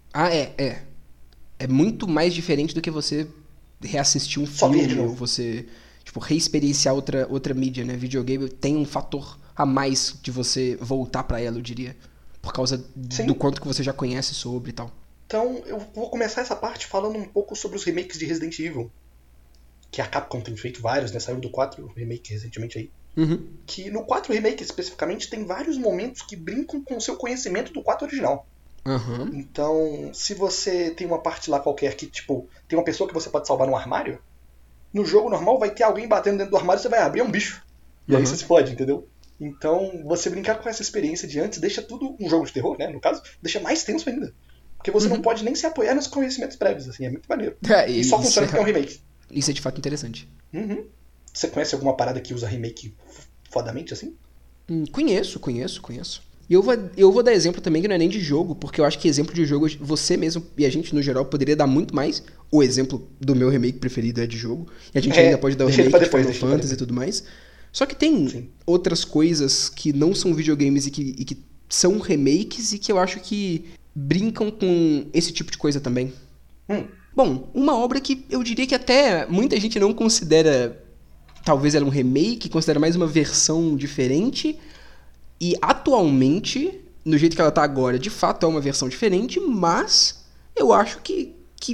É muito mais diferente do que você reassistir um filme ou você, tipo, reexperienciar outra mídia, né? Videogame tem um fator a mais de você voltar pra ela, eu diria. Por causa do quanto que você já conhece sobre e tal. Então, eu vou começar essa parte falando um pouco sobre os remakes de Resident Evil. Que a Capcom tem feito vários, né? Saiu do 4 remake recentemente aí. Que no 4 remake, especificamente, tem vários momentos que brincam com o seu conhecimento do 4 original. Então, se você tem uma parte lá qualquer que, tipo, tem uma pessoa que você pode salvar num armário, no jogo normal vai ter alguém batendo dentro do armário e você vai abrir um bicho. E aí você se fode, entendeu? Então, você brincar com essa experiência de antes deixa tudo um jogo de terror, né? No caso, deixa mais tenso ainda. Porque você não pode nem se apoiar nos conhecimentos prévios, assim, é muito maneiro. E só funciona porque é um remake. Isso é de fato interessante. Você conhece alguma parada que usa remake fodamente, assim? Conheço. E eu vou dar exemplo também que não é nem de jogo, porque eu acho que exemplo de jogo, você mesmo e a gente no geral poderia dar muito mais. O exemplo do meu remake preferido é de jogo. E a gente ainda pode dar o remake de Final Fantasy e tudo mais. Só que tem outras coisas que não são videogames e que são remakes e que eu acho que brincam com esse tipo de coisa também. Bom, uma obra que eu diria que até muita gente não considera, talvez ela um remake, considera mais uma versão diferente. E atualmente, no jeito que ela tá agora, de fato é uma versão diferente, mas eu acho que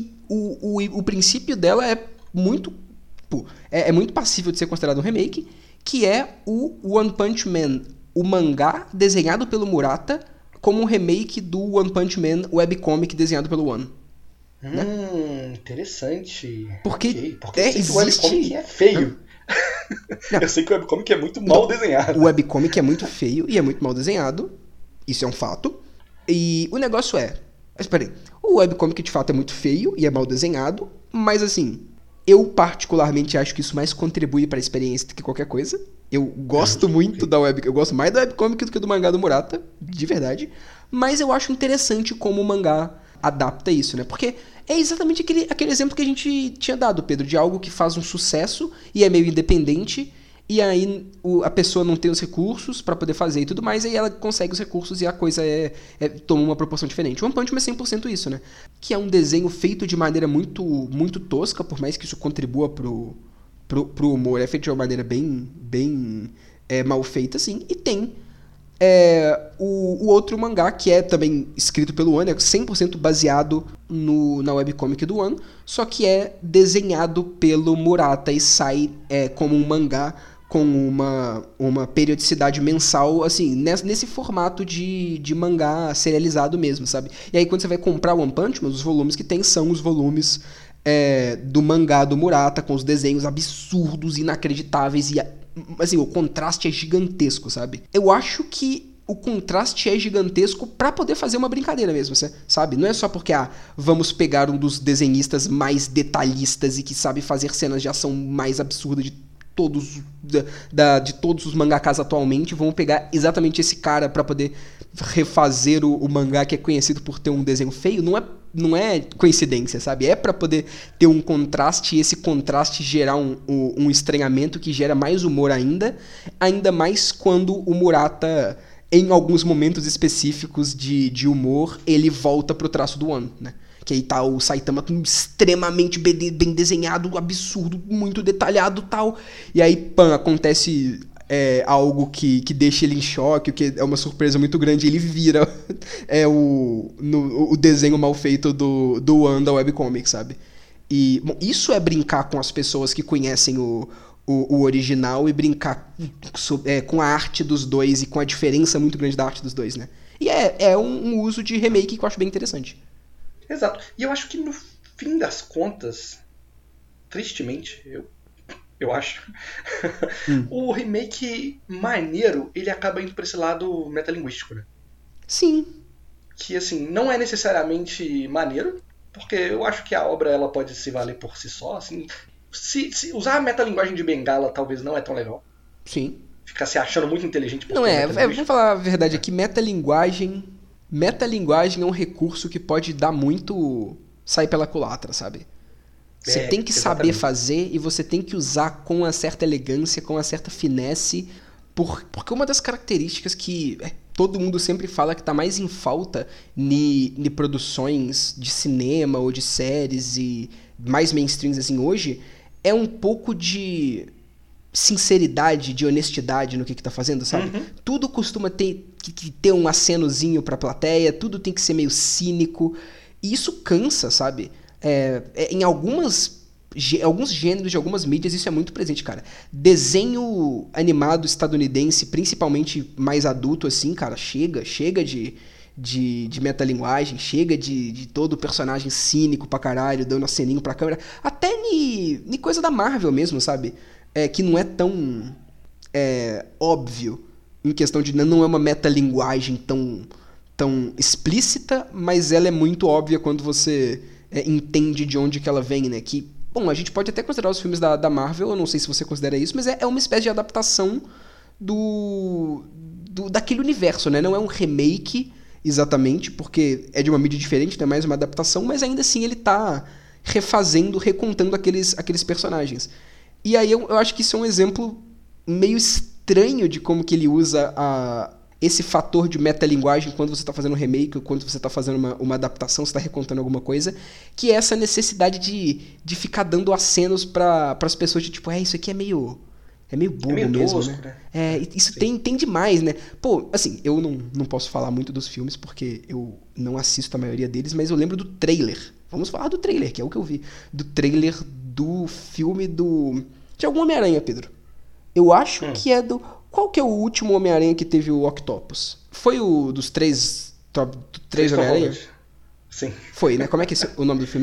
o princípio dela é muito passível de ser considerado um remake, que é o One Punch Man, o mangá desenhado pelo Murata, como um remake do One Punch Man webcomic desenhado pelo One. Interessante. Porque o webcomic é feio. Não. Eu sei que o webcomic é muito mal desenhado. O webcomic é muito feio e é muito mal desenhado. Isso é um fato. E o negócio é... Espera aí. O webcomic de fato é muito feio e é mal desenhado, mas assim... Eu particularmente acho que isso mais contribui para a experiência do que qualquer coisa. Eu gosto muito da webcomic. Eu gosto mais da webcomic do que do mangá do Murata, de verdade. Mas eu acho interessante como o mangá adapta isso, né? Porque é exatamente aquele exemplo que a gente tinha dado, Pedro, de algo que faz um sucesso e é meio independente, e aí a pessoa não tem os recursos pra poder fazer e tudo mais, e aí ela consegue os recursos e a coisa toma uma proporção diferente. One Punch Man é 100% isso, né? Que é um desenho feito de maneira muito, muito tosca, por mais que isso contribua pro humor, é feito de uma maneira bem mal feita, assim, e tem o outro mangá, que é também escrito pelo One, é 100% baseado na webcomic do One, só que é desenhado pelo Murata e sai como um mangá com uma periodicidade mensal, assim, nesse formato de mangá serializado mesmo, sabe? E aí quando você vai comprar o One Punch Man, os volumes que tem são os volumes do mangá do Murata, com os desenhos absurdos, inacreditáveis, e assim, o contraste é gigantesco, sabe? Eu acho que o contraste é gigantesco pra poder fazer uma brincadeira mesmo, sabe? Não é só porque, vamos pegar um dos desenhistas mais detalhistas e que sabe fazer cenas de ação mais absurdas de todos os mangakas atualmente, vamos pegar exatamente esse cara pra poder refazer o mangá que é conhecido por ter um desenho feio. Não é coincidência, sabe? É pra poder ter um contraste e esse contraste gerar um estranhamento que gera mais humor ainda mais quando o Murata, em alguns momentos específicos de humor, ele volta pro traço do One, né? Que aí tá o Saitama extremamente bem desenhado, absurdo, muito detalhado e tal. E aí, acontece algo que deixa ele em choque, o que é uma surpresa muito grande. Ele vira o desenho mal feito do One da webcomic, sabe? E, bom, isso é brincar com as pessoas que conhecem o original e brincar com a arte dos dois e com a diferença muito grande da arte dos dois, né? E é um uso de remake que eu acho bem interessante. Exato. E eu acho que no fim das contas, tristemente, eu acho, o remake maneiro, ele acaba indo pra esse lado metalinguístico, né? Sim. Que, assim, não é necessariamente maneiro, porque eu acho que a obra ela pode se valer por si só, assim. Se usar a metalinguagem de Bengala talvez não é tão legal. Sim. Ficar se achando muito inteligente por não vamos falar a verdade aqui, metalinguagem é um recurso que pode dar muito sair pela culatra, sabe? Você tem que saber fazer e você tem que usar com uma certa elegância, com uma certa finesse, porque uma das características que todo mundo sempre fala que tá mais em falta em produções de cinema ou de séries e mais mainstreams assim hoje, é um pouco de sinceridade, de honestidade no que tá fazendo, sabe? Uhum. Tudo costuma ter um acenozinho pra plateia, tudo tem que ser meio cínico, e isso cansa, sabe? Em alguns gêneros de algumas mídias isso é muito presente, cara. Desenho animado estadunidense, principalmente mais adulto assim, cara, chega de metalinguagem, chega de todo personagem cínico pra caralho, dando aceninho pra câmera, até em coisa da Marvel mesmo, sabe? Que não é tão óbvio, em questão de não é uma metalinguagem tão explícita, mas ela é muito óbvia quando você entende de onde que ela vem, né? Que, bom, a gente pode até considerar os filmes da Marvel, eu não sei se você considera isso, mas é uma espécie de adaptação daquele universo, né? Não é um remake exatamente, porque é de uma mídia diferente, não é mais uma adaptação, mas ainda assim ele tá recontando aqueles personagens. E aí eu acho que isso é um exemplo meio estranho de como que ele usa esse fator de metalinguagem quando você está fazendo um remake ou quando você está fazendo uma adaptação, você está recontando alguma coisa, que é essa necessidade de ficar dando acenos para as pessoas de tipo, isso aqui é meio bobo mesmo, tosco, né? Isso tem demais, né? Pô, assim, eu não posso falar muito dos filmes porque eu não assisto a maioria deles, mas eu lembro do trailer. Vamos falar do trailer, que é o que eu vi. Do trailer do filme de algum Homem-Aranha, Pedro. Eu acho que é do... Qual que é o último Homem-Aranha que teve o Octopus? Foi o dos três Homem-Aranha? Sim. Foi, né? Como é que é o nome do filme mesmo?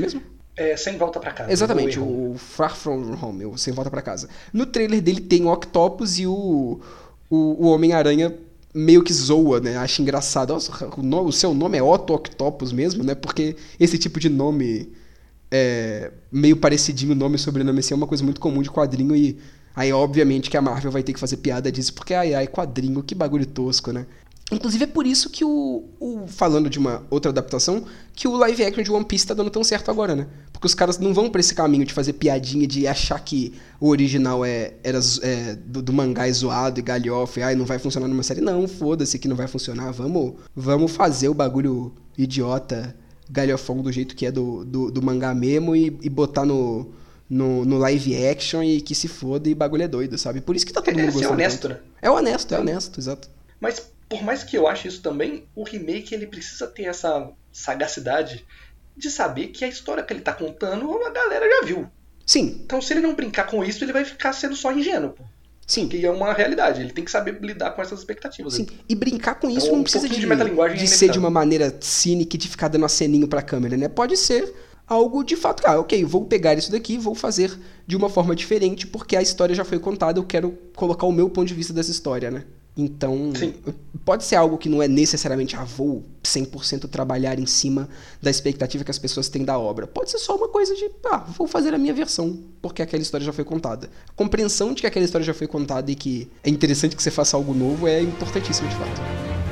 É Sem Volta Pra Casa. Exatamente, o Far From Home, o Sem Volta Pra Casa. No trailer dele tem o Octopus e o Homem-Aranha meio que zoa, né? Acha engraçado. Nossa, o seu nome é Otto Octopus mesmo, né? Porque esse tipo de nome meio parecidinho, nome e sobrenome assim, é uma coisa muito comum de quadrinho e aí obviamente que a Marvel vai ter que fazer piada disso, porque quadrinho, que bagulho tosco, né? Inclusive é por isso que falando de uma outra adaptação, que o live action de One Piece tá dando tão certo agora, né? Porque os caras não vão pra esse caminho de fazer piadinha, de achar que o original era do mangá é zoado e galhofa, e não vai funcionar numa série. Não, foda-se que não vai funcionar, vamos fazer o bagulho idiota, galhofão do jeito que é do mangá mesmo e botar no live action e que se foda e bagulho é doido, sabe? Por isso que tá todo mundo gostando. É honesto, tanto. né? É honesto, exato. Mas por mais que eu ache isso também, o remake ele precisa ter essa sagacidade de saber que a história que ele tá contando a galera já viu. Sim. Então se ele não brincar com isso, ele vai ficar sendo só ingênuo, pô. Sim. Que é uma realidade, ele tem que saber lidar com essas expectativas. Sim, e brincar com isso então, não precisa de ser de uma maneira cínica e de ficar dando aceninho pra câmera, né? Pode ser algo de fato, ok, vou pegar isso daqui, vou fazer de uma forma diferente, porque a história já foi contada, eu quero colocar o meu ponto de vista dessa história, né? Então, sim, pode ser algo que não é necessariamente, vou 100% trabalhar em cima da expectativa que as pessoas têm da obra. Pode ser só uma coisa de, vou fazer a minha versão, porque aquela história já foi contada. A compreensão de que aquela história já foi contada e que é interessante que você faça algo novo é importantíssimo, de fato.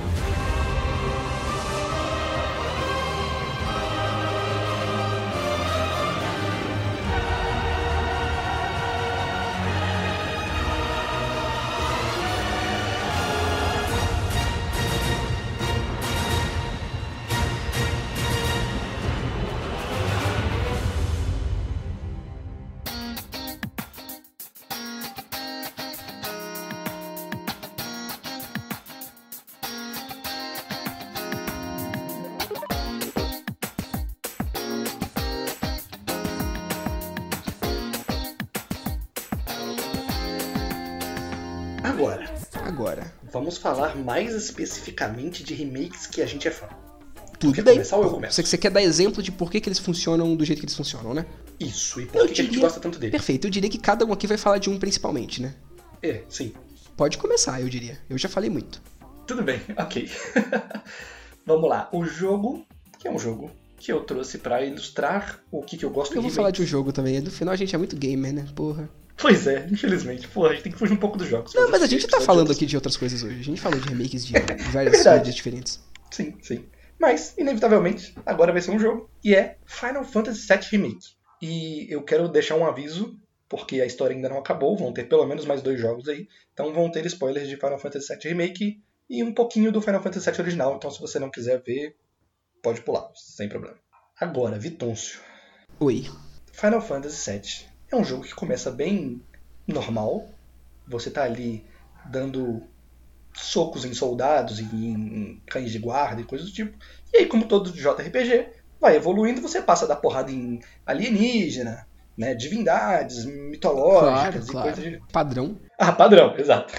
Agora. Vamos falar mais especificamente de remakes que a gente é fã. Tudo quer daí. Começar ou eu começo? Você quer dar exemplo de por que eles funcionam do jeito que eles funcionam, né? Isso, e por que a gente gosta tanto dele. Perfeito, eu diria que cada um aqui vai falar de um principalmente, né? Sim. Pode começar, eu diria. Eu já falei muito. Tudo bem, ok. Vamos lá. O jogo, que é um jogo que eu trouxe pra ilustrar o que eu gosto de remakes. Eu vou falar de um jogo também. No final a gente é muito gamer, né? Porra. Pois é, infelizmente. Porra, a gente tem que fugir um pouco dos jogos. Não, mas a gente tá falando aqui de outras coisas hoje. A gente falou de remakes de várias mídias diferentes. Sim. Mas, inevitavelmente, agora vai ser um jogo. E é Final Fantasy VII Remake. E eu quero deixar um aviso, porque a história ainda não acabou. Vão ter pelo menos mais 2 jogos aí. Então vão ter spoilers de Final Fantasy VII Remake e um pouquinho do Final Fantasy VII original. Então se você não quiser ver, pode pular, sem problema. Agora, Vitôncio. Oi. Final Fantasy VII é um jogo que começa bem normal. Você tá ali dando socos em soldados e em cães de guarda e coisas do tipo. E aí, como todo JRPG, vai evoluindo, você passa a dar porrada em alienígena, né, divindades mitológicas claro. E coisas de... Padrão. Padrão, exato.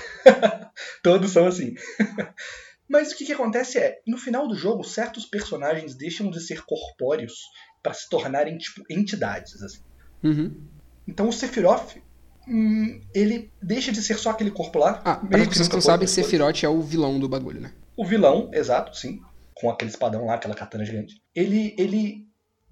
Todos são assim. Mas o que acontece é, no final do jogo, certos personagens deixam de ser corpóreos para se tornarem tipo entidades, assim. Uhum. Então o Sephiroth, ele deixa de ser só aquele corpo lá. Para vocês que não sabem, Sephiroth é o vilão do bagulho, né? O vilão, exato, sim. Com aquele espadão lá, aquela katana gigante. Ele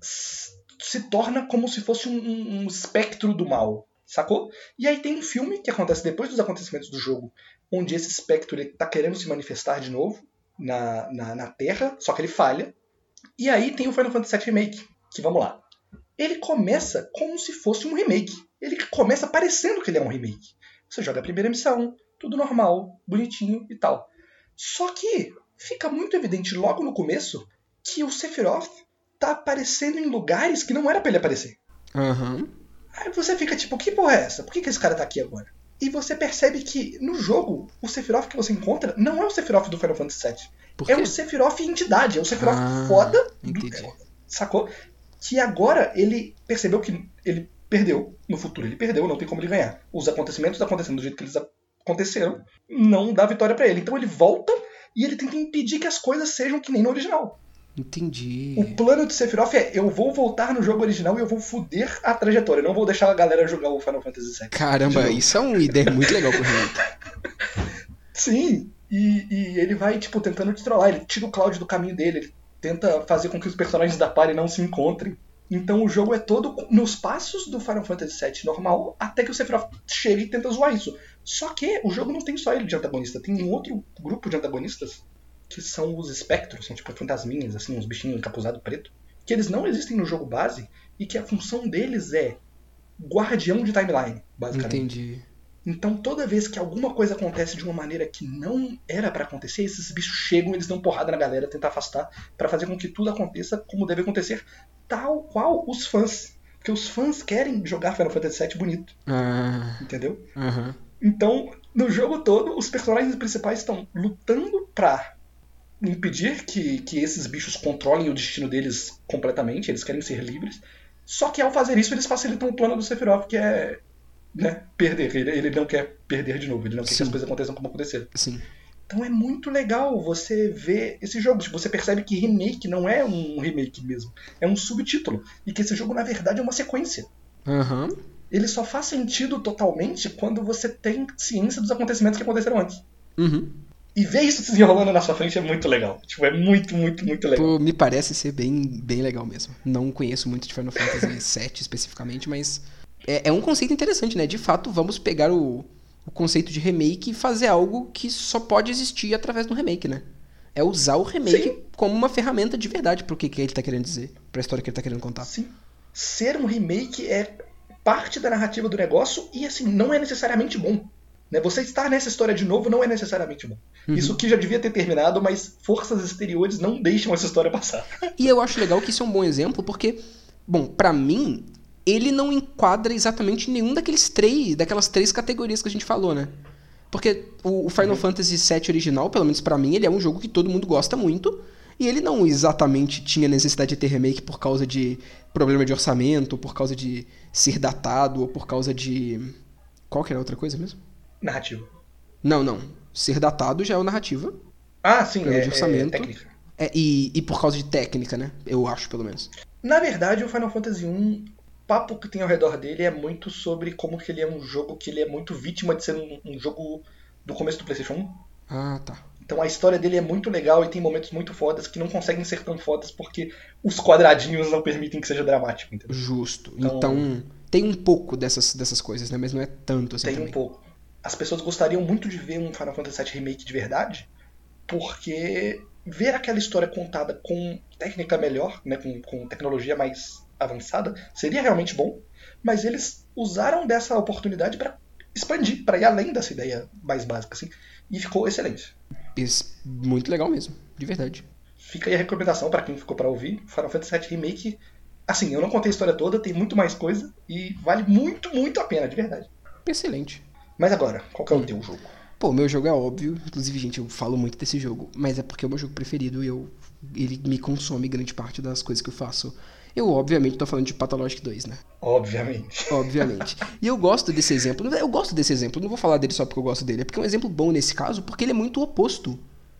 se torna como se fosse um espectro do mal, sacou? E aí tem um filme que acontece depois dos acontecimentos do jogo, onde esse espectro ele tá querendo se manifestar de novo na Terra, só que ele falha. E aí tem o Final Fantasy VII Remake, que vamos lá. Ele começa como se fosse um remake. Ele começa parecendo que ele é um remake. Você joga a primeira missão, tudo normal, bonitinho e tal. Só que fica muito evidente logo no começo que o Sephiroth tá aparecendo em lugares que não era pra ele aparecer. Uhum. Aí você fica tipo, que porra é essa? Por que esse cara tá aqui agora? E você percebe que no jogo, o Sephiroth que você encontra não é o Sephiroth do Final Fantasy VII. É o Sephiroth entidade, é o Sephiroth foda. Entendi. Sacou? Que agora ele percebeu que ele perdeu. No futuro ele perdeu, não tem como ele ganhar. Os acontecimentos acontecendo do jeito que eles aconteceram não dá vitória pra ele. Então ele volta e ele tenta impedir que as coisas sejam que nem no original. Entendi. O plano de Sephiroth é: eu vou voltar no jogo original e eu vou foder a trajetória. Eu não vou deixar a galera jogar o Final Fantasy VII. Caramba, isso é uma ideia muito legal pro remake. Sim, e ele vai, tipo, tentando te trollar. Ele tira o Cloud do caminho dele, ele tenta fazer com que os personagens da party não se encontrem. Então o jogo é todo nos passos do Final Fantasy VII normal, até que o Sephiroth chega e tenta zoar isso. Só que o jogo não tem só ele de antagonista, tem um outro grupo de antagonistas, que são os espectros, são tipo fantasminhas, assim, uns bichinhos encapuzados preto, que eles não existem no jogo base, e que a função deles é guardião de timeline, basicamente. Entendi. Então toda vez que alguma coisa acontece de uma maneira que não era pra acontecer, esses bichos chegam, eles dão porrada na galera, tentar afastar, pra fazer com que tudo aconteça como deve acontecer, tal qual os fãs. Porque os fãs querem jogar Final Fantasy VII bonito. Entendeu? Aham. Então, no jogo todo, os personagens principais estão lutando pra impedir que esses bichos controlem o destino deles completamente, eles querem ser livres. Só que ao fazer isso, eles facilitam o plano do Sephiroth, que é, né, perder. Ele não quer perder de novo, ele não quer que as coisas aconteçam como aconteceram. Sim. Então é muito legal você ver esse jogo. Você percebe que remake não é um remake mesmo, é um subtítulo. E que esse jogo, na verdade, é uma sequência. Aham. Ele só faz sentido totalmente quando você tem ciência dos acontecimentos que aconteceram antes. Uhum. E ver isso se desenrolando na sua frente é muito legal. Tipo, é muito, muito, muito legal. Pô, me parece ser bem, bem legal mesmo. Não conheço muito de Final Fantasy VII especificamente, mas é um conceito interessante, né? De fato, vamos pegar o conceito de remake e fazer algo que só pode existir através do remake, né? É usar o remake Sim. como uma ferramenta de verdade pro que ele tá querendo dizer, pra história que ele tá querendo contar. Sim. Ser um remake é parte da narrativa do negócio e, assim, não é necessariamente bom. Né? Você estar nessa história de novo não é necessariamente bom. Isso aqui já devia ter terminado, mas forças exteriores não deixam essa história passar. E eu acho legal que isso é um bom exemplo, porque, bom, pra mim, ele não enquadra exatamente nenhum daquelas três categorias que a gente falou, né? Porque o Final Fantasy VII original, pelo menos pra mim, ele é um jogo que todo mundo gosta muito, e ele não exatamente tinha necessidade de ter remake por causa de problema de orçamento, ou por causa de ser datado, ou por causa de... Qual que era a outra coisa mesmo? Narrativo. Não. Ser datado já é o narrativa. Ah, sim, Problema de orçamento. técnica. E por causa de técnica, né? Eu acho, pelo menos. Na verdade, o Final Fantasy I, o papo que tem ao redor dele é muito sobre como que ele é um jogo que ele é muito vítima de ser um jogo do começo do PlayStation 1. Ah, tá. Então a história dele é muito legal e tem momentos muito fodas que não conseguem ser tão fodas porque os quadradinhos não permitem que seja dramático, entendeu? Justo. Então tem um pouco dessas coisas, né? Mas não é tanto assim Tem também. um pouco. As pessoas gostariam muito de ver um Final Fantasy VII Remake de verdade, porque ver aquela história contada com técnica melhor, né, com tecnologia mais avançada, seria realmente bom, mas eles usaram dessa oportunidade para expandir, para ir além dessa ideia mais básica, assim, e ficou excelente. Muito legal mesmo, de verdade. Fica aí a recomendação para quem ficou para ouvir, Final Fantasy VII Remake. Assim, eu não contei a história toda, tem muito mais coisa e vale muito, muito a pena, de verdade. Excelente. Mas agora, qual que é o teu jogo? Pô, meu jogo é óbvio. Inclusive, gente, eu falo muito desse jogo, mas é porque é o meu jogo preferido e ele me consome grande parte das coisas que eu faço. Eu, obviamente, tô falando de Pathologic 2, né? Obviamente. Obviamente. E eu gosto desse exemplo. Não vou falar dele só porque eu gosto dele. É porque é um exemplo bom nesse caso, porque ele é muito oposto.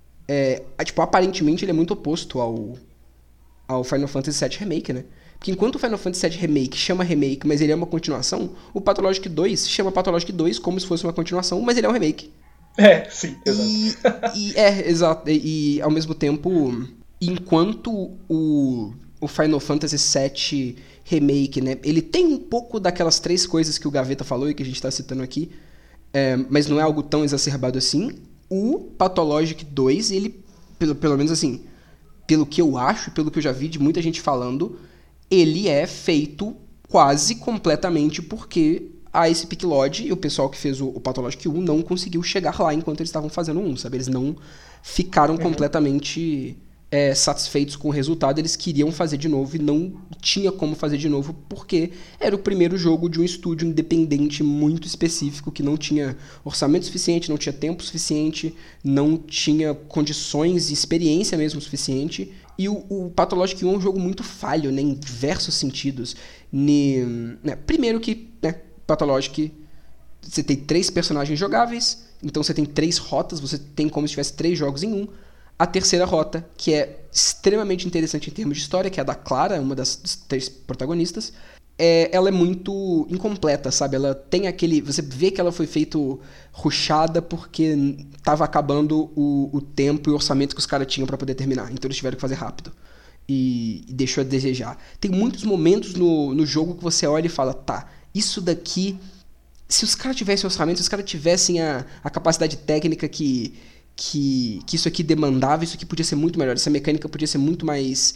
Tipo, aparentemente ele é muito oposto ao Final Fantasy VII Remake, né? Porque enquanto o Final Fantasy VII Remake chama remake, mas ele é uma continuação, o Pathologic 2 chama Pathologic 2 como se fosse uma continuação, mas ele é um remake. Sim, exato. Exato. E ao mesmo tempo, enquanto o Final Fantasy VII Remake, né, ele tem um pouco daquelas três coisas que o Gaveta falou e que a gente tá citando aqui, mas não é algo tão exacerbado assim. O Pathologic 2, ele, pelo menos assim, pelo que eu acho, pelo que eu já vi de muita gente falando, ele é feito quase completamente porque a Epic Lodge e o pessoal que fez o Pathologic 1 não conseguiu chegar lá enquanto eles estavam fazendo o 1, sabe? Eles não ficaram completamente satisfeitos com o resultado, eles queriam fazer de novo e não tinha como fazer de novo porque era o primeiro jogo de um estúdio independente muito específico que não tinha orçamento suficiente, não tinha tempo suficiente, não tinha condições e experiência mesmo suficiente. E o Pathologic 1 é um jogo muito falho, né, em diversos sentidos. Primeiro que, né, Pathologic, você tem 3 personagens jogáveis, então você tem 3 rotas, você tem como se tivesse 3 jogos em um. a terceira rota, que é extremamente interessante em termos de história, que é a da Clara, uma das 3 protagonistas. Ela é muito incompleta, sabe? Ela tem aquele... Você vê que ela foi feito rushada porque tava acabando o tempo e o orçamento que os caras tinham pra poder terminar. Então eles tiveram que fazer rápido. E deixou a desejar. Tem muitos momentos no jogo que você olha e fala, tá, isso daqui... Se os caras tivessem orçamento, se os caras tivessem a capacidade técnica que isso aqui demandava, isso aqui podia ser muito melhor. Essa mecânica podia ser muito mais...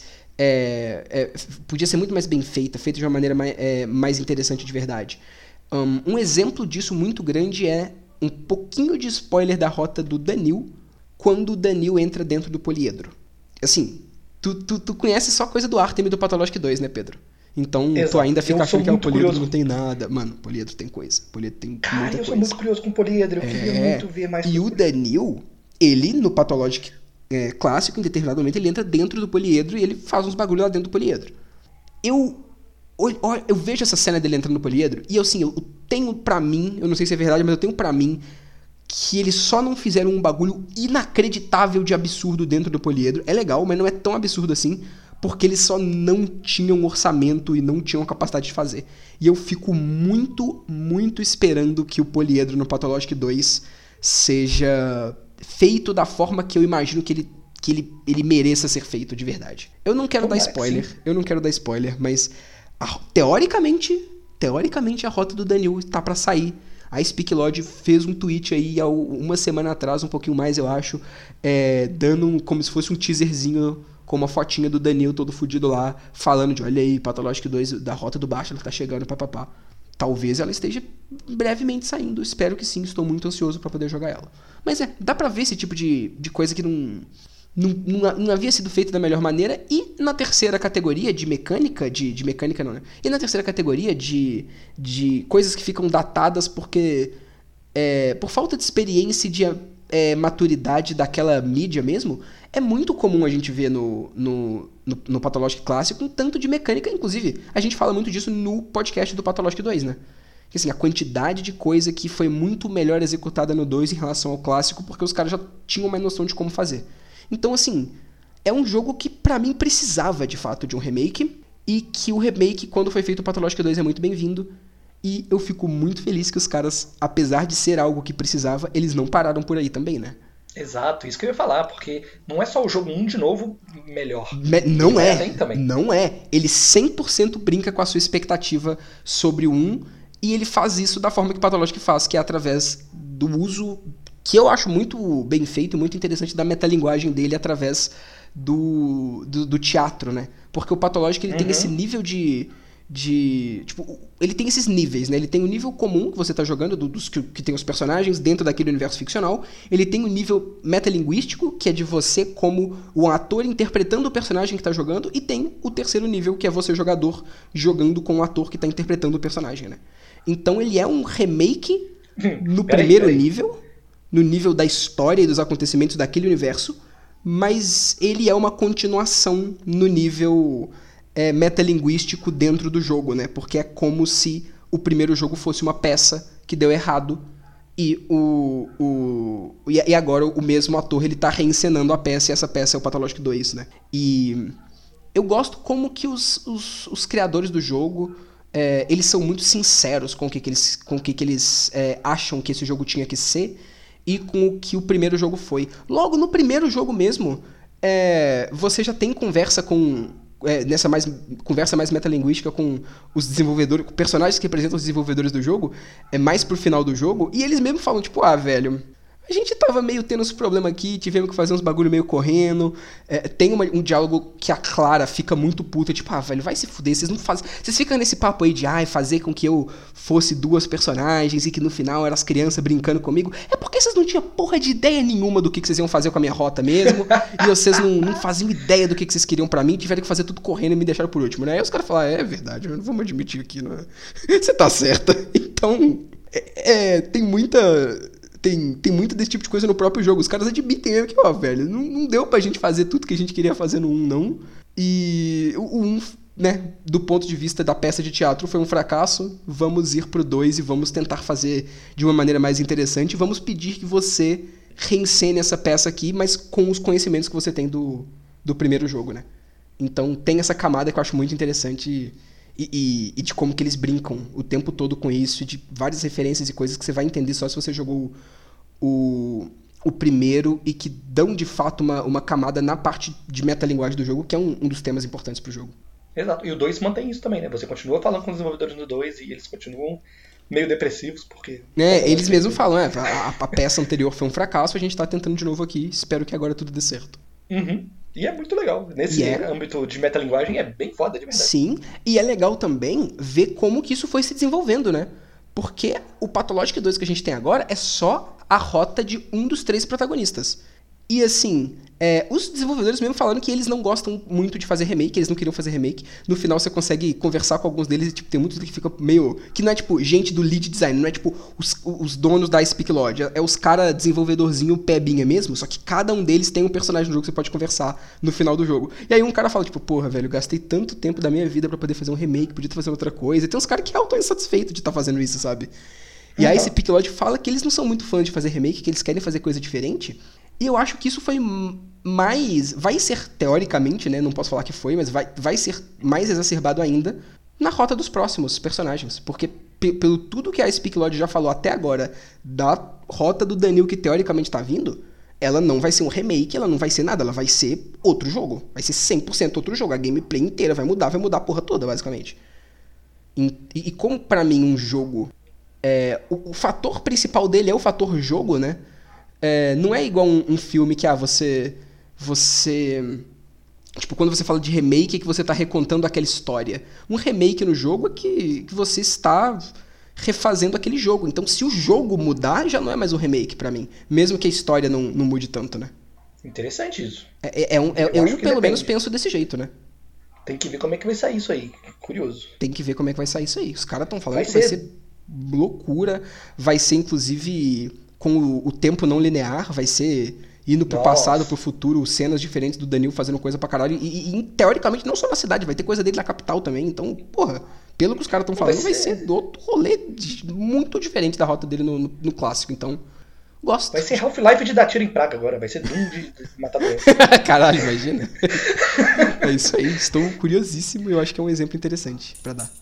podia ser muito mais bem feita de uma maneira mais interessante de verdade. Um exemplo disso muito grande é um pouquinho de spoiler da rota do Danil, quando o Danil entra dentro do poliedro. Assim, tu conhece só coisa do Artem e do Pathologic 2, né, Pedro? Então, Exato. Tu ainda fica achando que o poliedro curioso. Não tem nada. Mano, poliedro tem coisa. Poliedro tem muita coisa. Eu sou muito curioso com o poliedro. Eu queria muito ver mais. E o Danil, ele, no Pathologic clássico, em determinado momento, ele entra dentro do poliedro e ele faz uns bagulho lá dentro do poliedro. Eu vejo essa cena dele entrando no poliedro e eu tenho pra mim, eu não sei se é verdade, mas eu tenho pra mim que eles só não fizeram um bagulho inacreditável de absurdo dentro do poliedro. É legal, mas não é tão absurdo assim, porque eles só não tinham orçamento e não tinham capacidade de fazer. E eu fico muito, muito esperando que o poliedro no Pathologic 2 seja feito da forma que eu imagino que ele mereça ser feito de verdade. Eu não quero dar spoiler, mas teoricamente a rota do Danil tá pra sair. A Speak Lodge fez um tweet aí há uma semana atrás, um pouquinho mais eu acho, dando como se fosse um teaserzinho com uma fotinha do Danil todo fudido lá, falando de, olha aí, Pathologic 2 da rota do baixo, ela tá chegando, papapá. Talvez ela esteja brevemente saindo, espero que sim, estou muito ansioso pra poder jogar ela. Mas dá pra ver esse tipo de coisa que não havia sido feita da melhor maneira. E na terceira categoria de mecânica, de mecânica não, né? E na terceira categoria de coisas que ficam datadas porque por falta de experiência e de maturidade daquela mídia mesmo, é muito comum a gente ver no Pathologic clássico um tanto de mecânica. Inclusive, a gente fala muito disso no podcast do Pathologic 2, né? Que, assim, a quantidade de coisa que foi muito melhor executada no 2 em relação ao clássico, porque os caras já tinham mais noção de como fazer. Então, assim, é um jogo que pra mim precisava de fato de um remake, e que o remake, quando foi feito o Pathologic 2, é muito bem-vindo. E eu fico muito feliz que os caras, apesar de ser algo que precisava, eles não pararam por aí também, né? Exato, isso que eu ia falar, porque não é só o jogo 1 de novo melhor. Não é, além também. Não é. Ele 100% brinca com a sua expectativa sobre o 1, e ele faz isso da forma que o Pathologic faz, que é através do uso, que eu acho muito bem feito e muito interessante, da metalinguagem dele através do teatro, né? Porque o Pathologic, ele tem esse nível de tipo, ele tem esses níveis, né? Ele tem o nível comum que você tá jogando, dos que tem os personagens dentro daquele universo ficcional. Ele tem o nível metalinguístico, que é de você como o ator interpretando o personagem que tá jogando. E tem o terceiro nível, que é você, jogador, jogando com o ator que tá interpretando o personagem, né? Então ele é um remake no primeiro nível, no nível da história e dos acontecimentos daquele universo, mas ele é uma continuação no nível metalinguístico dentro do jogo, né? Porque é como se o primeiro jogo fosse uma peça que deu errado e agora o mesmo ator, ele tá reencenando a peça, e essa peça é o Pathologic 2, né? E eu gosto como que os criadores do jogo, eles são muito sinceros com o que eles acham que esse jogo tinha que ser e com o que o primeiro jogo foi. Logo no primeiro jogo mesmo, você já tem conversa com... conversa mais metalinguística com os desenvolvedores, com personagens que representam os desenvolvedores do jogo, mais pro final do jogo, e eles mesmo falam, tipo, velho, a gente tava meio tendo esse problema aqui, tivemos que fazer uns bagulho meio correndo, tem um diálogo que a Clara fica muito puta, tipo, velho, vai se fuder, vocês não fazem, vocês ficam nesse papo aí de, fazer com que eu fosse 2 personagens e que no final eram as crianças brincando comigo, é porque vocês não tinham porra de ideia nenhuma do que vocês iam fazer com a minha rota mesmo, e vocês não faziam ideia do que vocês queriam pra mim, tiveram que fazer tudo correndo e me deixaram por último, né? Aí os caras falaram, é verdade, não vamos admitir aqui, não é? Você tá certa. Então, tem muito desse tipo de coisa no próprio jogo. Os caras admitem mesmo que, velho, não deu pra gente fazer tudo que a gente queria fazer no 1, não. E o 1, né, do ponto de vista da peça de teatro, foi um fracasso. Vamos ir pro 2 e vamos tentar fazer de uma maneira mais interessante. Vamos pedir que você reencene essa peça aqui, mas com os conhecimentos que você tem do primeiro jogo, né? Então tem essa camada que eu acho muito interessante e de como que eles brincam o tempo todo com isso, e de várias referências e coisas que você vai entender só se você jogou o primeiro, e que dão de fato uma camada na parte de metalinguagem do jogo, que é um dos temas importantes pro jogo. Exato, e o 2 mantém isso também, né? Você continua falando com os desenvolvedores do 2 e eles continuam meio depressivos, porque... eles mesmos falam, a peça anterior foi um fracasso, a gente tá tentando de novo aqui, espero que agora tudo dê certo. Uhum. E é muito legal. Nesse âmbito de metalinguagem é bem foda de verdade. Sim, e é legal também ver como que isso foi se desenvolvendo, né? Porque o Pathologic 2 que a gente tem agora é só a rota de um dos 3 protagonistas. E assim, os desenvolvedores mesmo falaram que eles não gostam muito de fazer remake, eles não queriam fazer remake. No final você consegue conversar com alguns deles e tipo, tem muitos que fica meio... Que não é tipo gente do lead design, não é tipo os donos da Speak Lodge, é os cara desenvolvedorzinho pebinha mesmo, só que cada um deles tem um personagem no jogo que você pode conversar no final do jogo. E aí um cara fala tipo, porra, velho, eu gastei tanto tempo da minha vida pra poder fazer um remake, podia estar fazendo outra coisa. E tem uns caras que é auto-insatisfeito de estar fazendo isso, sabe? E aí esse Speak Lodge fala que eles não são muito fãs de fazer remake, que eles querem fazer coisa diferente. E eu acho que isso foi mais... Vai ser, teoricamente, né? Não posso falar que foi, mas vai ser mais exacerbado ainda na rota dos próximos personagens. Porque pelo tudo que a Speak Lodge já falou até agora da rota do Daniel que teoricamente tá vindo, ela não vai ser um remake, ela não vai ser nada, ela vai ser outro jogo. Vai ser 100% outro jogo. A gameplay inteira vai mudar a porra toda, basicamente. E como pra mim um jogo... o fator principal dele é o fator jogo, né? Não é igual um filme que você... Tipo, quando você fala de remake, é que você tá recontando aquela história. Um remake no jogo é que você está refazendo aquele jogo. Então, se o jogo mudar, já não é mais um remake pra mim. Mesmo que a história não mude tanto, né? Interessante isso. Eu pelo menos penso desse jeito, né? Tem que ver como é que vai sair isso aí. Curioso. Tem que ver como é que vai sair isso aí. Os caras estão falando que vai ser loucura. Vai ser, inclusive... com o tempo não linear, vai ser indo pro passado, pro futuro, cenas diferentes do Daniel fazendo coisa pra caralho, e teoricamente não só na cidade, vai ter coisa dele na capital também, então, porra, pelo que os caras estão falando, vai ser outro rolê muito diferente da rota dele no clássico, então, gosto. Vai ser Half-Life de dar tiro em praga agora, vai ser Doom de matar doença. Caralho, imagina. É isso aí, estou curiosíssimo e eu acho que é um exemplo interessante pra dar.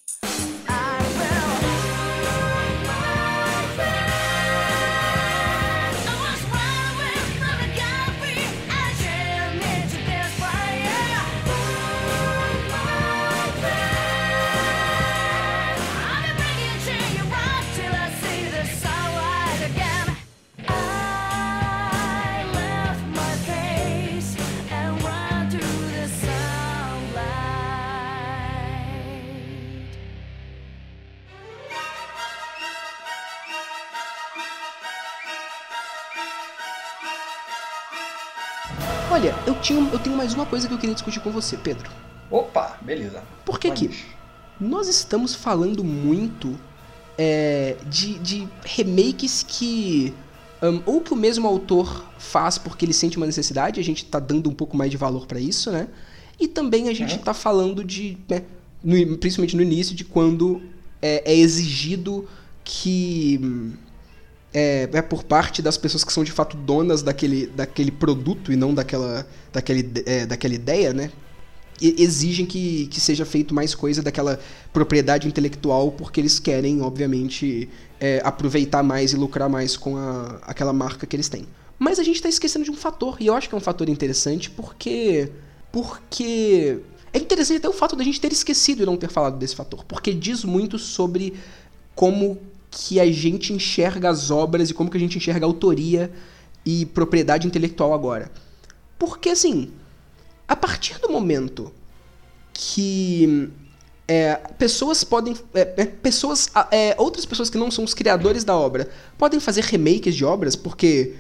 Olha, eu tenho mais uma coisa que eu queria discutir com você, Pedro. Opa, beleza. Porque aqui, nós estamos falando muito de remakes que... ou que o mesmo autor faz porque ele sente uma necessidade, a gente tá dando um pouco mais de valor pra isso, né? E também a gente tá falando de... né, principalmente no início, de quando é exigido que... por parte das pessoas que são de fato donas daquele produto e não daquela ideia, né? Exigem que seja feito mais coisa daquela propriedade intelectual porque eles querem, obviamente, aproveitar mais e lucrar mais com aquela marca que eles têm. Mas a gente está esquecendo de um fator, e eu acho que é um fator interessante porque é interessante até o fato da gente ter esquecido e não ter falado desse fator, porque diz muito sobre como que a gente enxerga as obras e como que a gente enxerga a autoria e propriedade intelectual agora. Porque, assim, a partir do momento que pessoas podem... outras pessoas que não são os criadores da obra podem fazer remakes de obras porque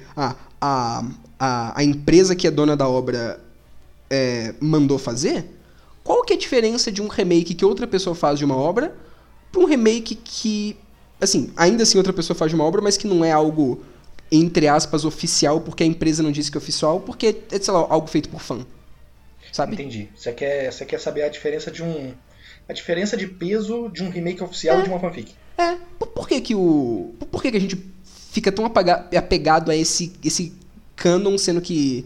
a empresa que é dona da obra mandou fazer, qual que é a diferença de um remake que outra pessoa faz de uma obra para um remake que... assim, ainda assim outra pessoa faz uma obra, mas que não é algo, entre aspas, oficial, porque a empresa não disse que é oficial, porque é, sei lá, algo feito por fã. Sabe? Entendi. Você quer saber a diferença de peso de um remake oficial e de uma fanfic. Por que a gente fica tão apegado a esse canon, sendo que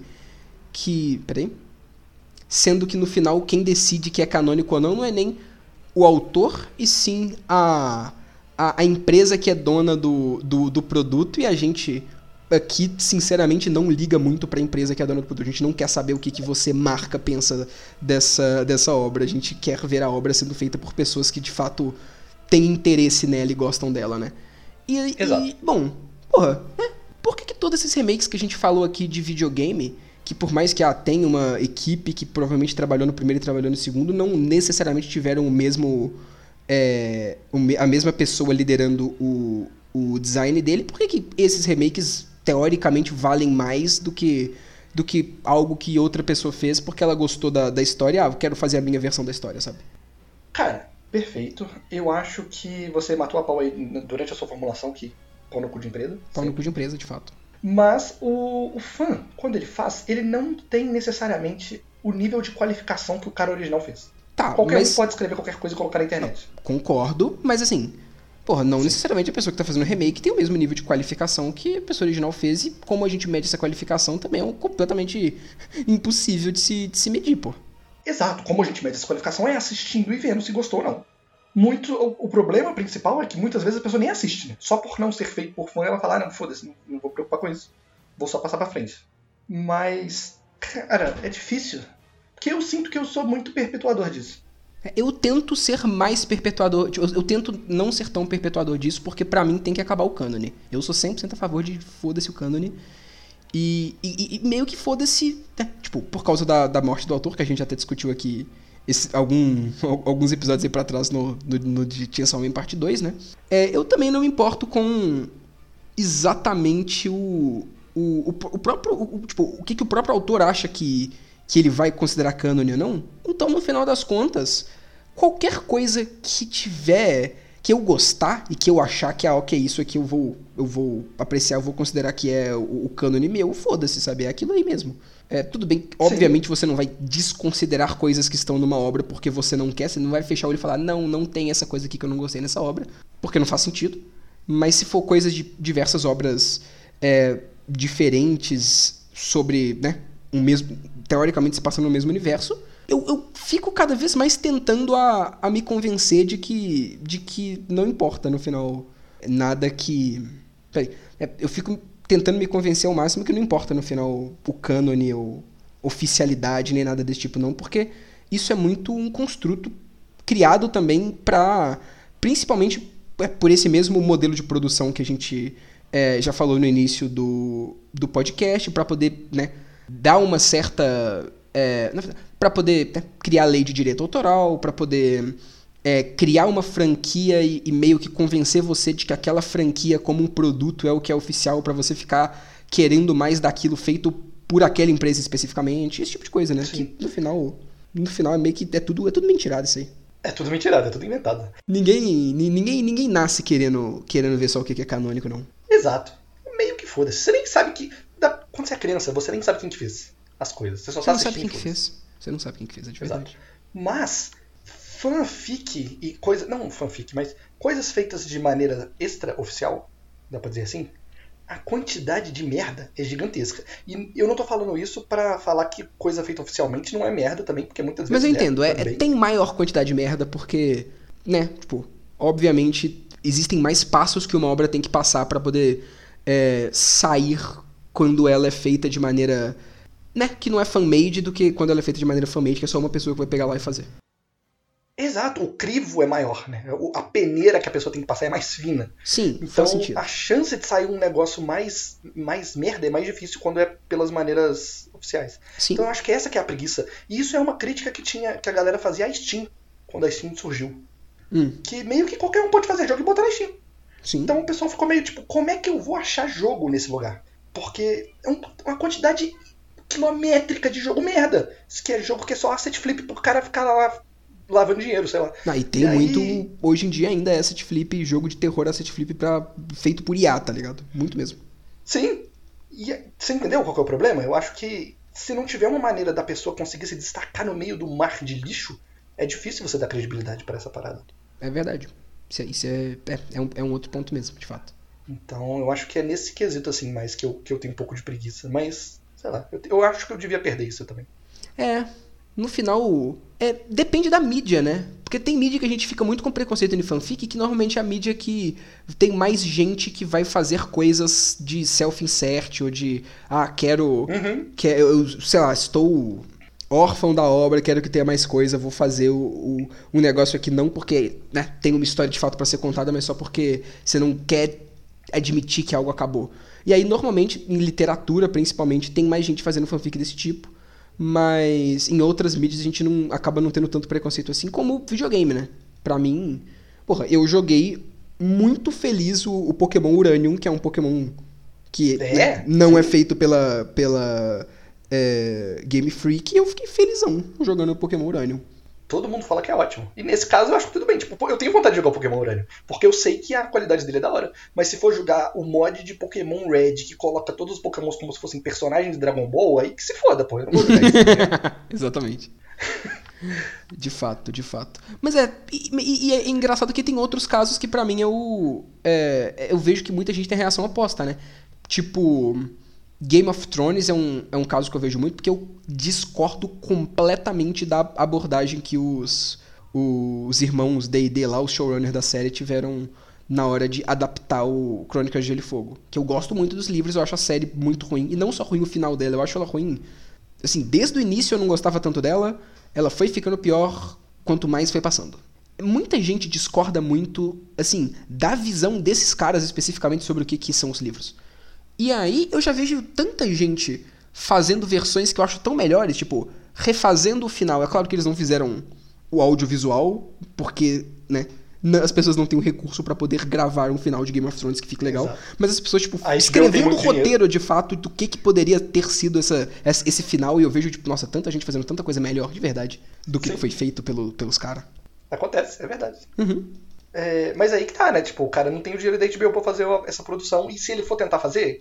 no final quem decide que é canônico ou não é nem o autor, e sim a empresa que é dona do produto, e a gente aqui, sinceramente, não liga muito pra empresa que é dona do produto. A gente não quer saber o que você, marca, pensa dessa obra. A gente quer ver a obra sendo feita por pessoas que, de fato, têm interesse nela e gostam dela, né? Exato. Bom, porra, né? Por que todos esses remakes que a gente falou aqui de videogame, que por mais que tem uma equipe que provavelmente trabalhou no primeiro e trabalhou no segundo, não necessariamente tiveram o mesmo... a mesma pessoa liderando o design dele? Por que esses remakes teoricamente valem mais do que algo que outra pessoa fez porque ela gostou da história? Eu quero fazer a minha versão da história, sabe? Cara, perfeito. Eu acho que você matou a pau aí durante a sua formulação, que pau no cu de empresa. Pau no cu de empresa, de fato. Mas o fã, quando ele faz, ele não tem necessariamente o nível de qualificação que o cara original fez. Tá, qualquer um pode escrever qualquer coisa e colocar na internet. Concordo, mas assim... Porra, não necessariamente a pessoa que tá fazendo remake tem o mesmo nível de qualificação que a pessoa original fez, e como a gente mede essa qualificação também é completamente impossível de se medir, pô. Exato, como a gente mede essa qualificação é assistindo e vendo se gostou ou não. O problema principal é que muitas vezes a pessoa nem assiste, né? Só por não ser feito por fã, ela fala, não, foda-se, não vou preocupar com isso. Vou só passar pra frente. Mas, cara, é difícil. Porque eu sinto que eu sou muito perpetuador disso. Eu tento ser mais perpetuador, eu tento não ser tão perpetuador disso, porque pra mim tem que acabar o cânone. Eu sou 100% a favor de foda-se o cânone. E meio que foda-se, né? Tipo, por causa da morte do autor, que a gente até discutiu aqui alguns episódios aí pra trás no de Chainsaw Man parte 2, né? Eu também não me importo com exatamente o próprio... tipo, o que o próprio autor acha que ele vai considerar cânone ou não. Então, no final das contas, qualquer coisa que tiver, que eu gostar e que eu achar que, ok, isso aqui eu vou apreciar, eu vou considerar que é o cânone meu, foda-se, sabe? É aquilo aí mesmo. Tudo bem, obviamente você não vai desconsiderar coisas que estão numa obra porque você não quer, você não vai fechar o olho e falar, não tem essa coisa aqui que eu não gostei nessa obra, porque não faz sentido. Mas se for coisas de diversas obras diferentes sobre, né, teoricamente se passando no mesmo universo, eu fico cada vez mais tentando a me convencer de que não importa no final nada que... eu fico tentando me convencer ao máximo que não importa no final o cânone ou oficialidade nem nada desse tipo não, porque isso é muito um construto criado também pra... principalmente por esse mesmo modelo de produção que a gente já falou no início do podcast, pra poder, né, dar uma certa... para poder criar lei de direito autoral, para poder criar uma franquia e meio que convencer você de que aquela franquia como um produto é o que é oficial, para você ficar querendo mais daquilo feito por aquela empresa especificamente, esse tipo de coisa, né? Sim. Que no final é meio que é tudo mentirado isso aí. É tudo mentirado, é tudo inventado. Ninguém nasce querendo ver só o que é canônico, não. Exato. Meio que foda-se. Você nem sabe que... Quando você é criança, você nem sabe quem que fez as coisas. Você só não sabe quem que fez. Você não sabe quem que fez, é de verdade. Exato. Mas fanfic e coisas... Não fanfic, mas coisas feitas de maneira extra-oficial, dá pra dizer assim, a quantidade de merda é gigantesca. E eu não tô falando isso pra falar que coisa feita oficialmente não é merda também, porque muitas vezes... Mas eu entendo, tem maior quantidade de merda porque, né, tipo, obviamente existem mais passos que uma obra tem que passar pra poder sair quando ela é feita de maneira... né, que não é fan-made do que quando ela é feita de maneira fan-made, que é só uma pessoa que vai pegar lá e fazer. Exato, o crivo é maior, né? A peneira que a pessoa tem que passar é mais fina. Sim, então, faz sentido. A chance de sair um negócio mais merda é mais difícil quando é pelas maneiras oficiais. Sim. Então eu acho que essa que é a preguiça. E isso é uma crítica que a galera fazia à Steam, quando a Steam surgiu. Que meio que qualquer um pode fazer jogo e botar na Steam. Sim. Então o pessoal ficou meio tipo, como é que eu vou achar jogo nesse lugar? Porque é uma quantidade quilométrica de jogo merda. Isso que é jogo que é só asset flip pro cara ficar lá lavando dinheiro, sei lá. E tem muito, hoje em dia ainda é asset flip, jogo de terror asset flip feito por IA, tá ligado? Muito mesmo. Sim. E você entendeu qual que é o problema? Eu acho que se não tiver uma maneira da pessoa conseguir se destacar no meio do mar de lixo, é difícil você dar credibilidade pra essa parada. É verdade. Isso é um outro ponto mesmo, de fato. Então eu acho que é nesse quesito, assim, mais que eu tenho um pouco de preguiça. Mas, sei lá, eu acho que eu devia perder isso também. No final, depende da mídia, né? Porque tem mídia que a gente fica muito com preconceito em fanfic, que normalmente é a mídia que tem mais gente que vai fazer coisas de self-insert, ou de, quero, sei lá, estou órfão da obra, quero que tenha mais coisa, vou fazer um negócio aqui não porque, né, tem uma história de fato pra ser contada, mas só porque você não quer admitir que algo acabou. E aí, normalmente, em literatura, principalmente, tem mais gente fazendo fanfic desse tipo. Mas em outras mídias a gente acaba não tendo tanto preconceito assim, como videogame, né? Pra mim, eu joguei muito feliz o Pokémon Uranium, que é um Pokémon que não é feito pela Game Freak, e eu fiquei felizão jogando o Pokémon Uranium. Todo mundo fala que é ótimo. E nesse caso eu acho que tudo bem. Tipo, eu tenho vontade de jogar o Pokémon Urânio. Porque eu sei que a qualidade dele é da hora. Mas se for jogar o mod de Pokémon Red, que coloca todos os Pokémons como se fossem personagens de Dragon Ball, aí que se foda, pô. Eu não vou jogar isso. Exatamente. De fato. Mas é engraçado que tem outros casos que pra mim eu vejo que muita gente tem reação oposta, né? Tipo, Game of Thrones é um caso que eu vejo muito, porque eu discordo completamente da abordagem que os irmãos D&D lá, os showrunners da série, tiveram na hora de adaptar o Crônicas de Gelo e Fogo. Que eu gosto muito dos livros, eu acho a série muito ruim. E não só ruim o final dela, eu acho ela ruim. Assim, desde o início eu não gostava tanto dela, ela foi ficando pior quanto mais foi passando. Muita gente discorda muito, assim, da visão desses caras especificamente sobre o que são os livros. E aí eu já vejo tanta gente fazendo versões que eu acho tão melhores, tipo, refazendo o final. É claro que eles não fizeram o audiovisual, porque, né, as pessoas não têm o recurso pra poder gravar um final de Game of Thrones que fique legal. Exato. Mas as pessoas, tipo, escrevendo o roteiro de fato do que poderia ter sido esse final. E eu vejo, tipo, nossa, tanta gente fazendo tanta coisa melhor, de verdade, do que foi feito pelos caras. Acontece, é verdade. Uhum. Mas aí que tá, né? Tipo, o cara não tem o dinheiro da HBO pra fazer essa produção. E se ele for tentar fazer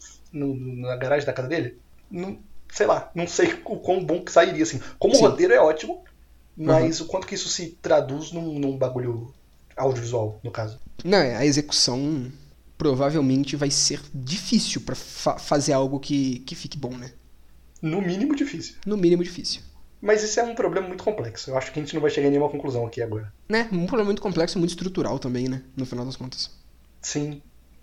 na garagem da casa dele, sei lá, não sei o quão bom que sairia, assim. Como o roteiro é ótimo, mas o quanto que isso se traduz num bagulho audiovisual, no caso. Não, a execução provavelmente vai ser difícil pra fazer algo que fique bom, né? No mínimo difícil. No mínimo difícil. Mas isso é um problema muito complexo. Eu acho que a gente não vai chegar em nenhuma conclusão aqui agora. Né? Um problema muito complexo e muito estrutural também, né? No final das contas. Sim,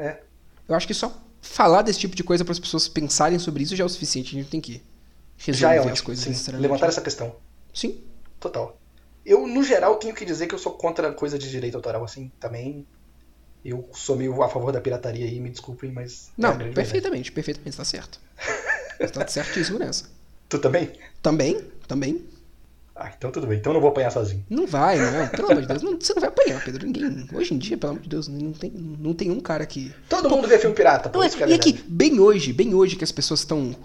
Eu acho que só falar desse tipo de coisa para as pessoas pensarem sobre isso já é o suficiente. A gente tem que resolver as coisas. Sim. Levantar essa questão. Sim. Total. Eu, no geral, tenho que dizer que eu sou contra coisa de direito autoral, assim, também. Eu sou meio a favor da pirataria aí, me desculpem, mas... Não, perfeitamente, tá certo. Você tá certíssimo nessa. Tu também? Também. Então tudo bem. Então eu não vou apanhar sozinho. Não vai, não. Pelo amor de Deus. Você não vai apanhar, Pedro. Ninguém... Hoje em dia, pelo amor de Deus, não tem um cara que... Todo mundo vê filme pirata, por isso que é verdade. E aqui, bem hoje que as pessoas estão...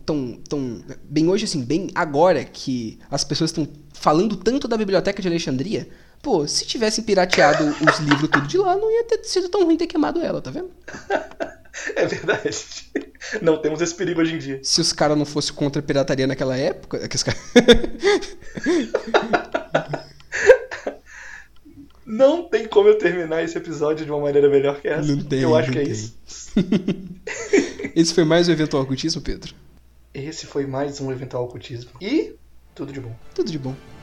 Bem hoje, assim, bem agora que as pessoas estão falando tanto da Biblioteca de Alexandria... Pô, se tivessem pirateado os livros tudo de lá, não ia ter sido tão ruim ter queimado ela, tá vendo? É verdade. Não temos esse perigo hoje em dia. Se os caras não fossem contra a pirataria naquela época... Não tem como eu terminar esse episódio de uma maneira melhor que essa. Não tem, eu acho que é isso. Esse foi mais um Eventual Ocultismo, Pedro? Esse foi mais um Eventual Ocultismo. E tudo de bom. Tudo de bom.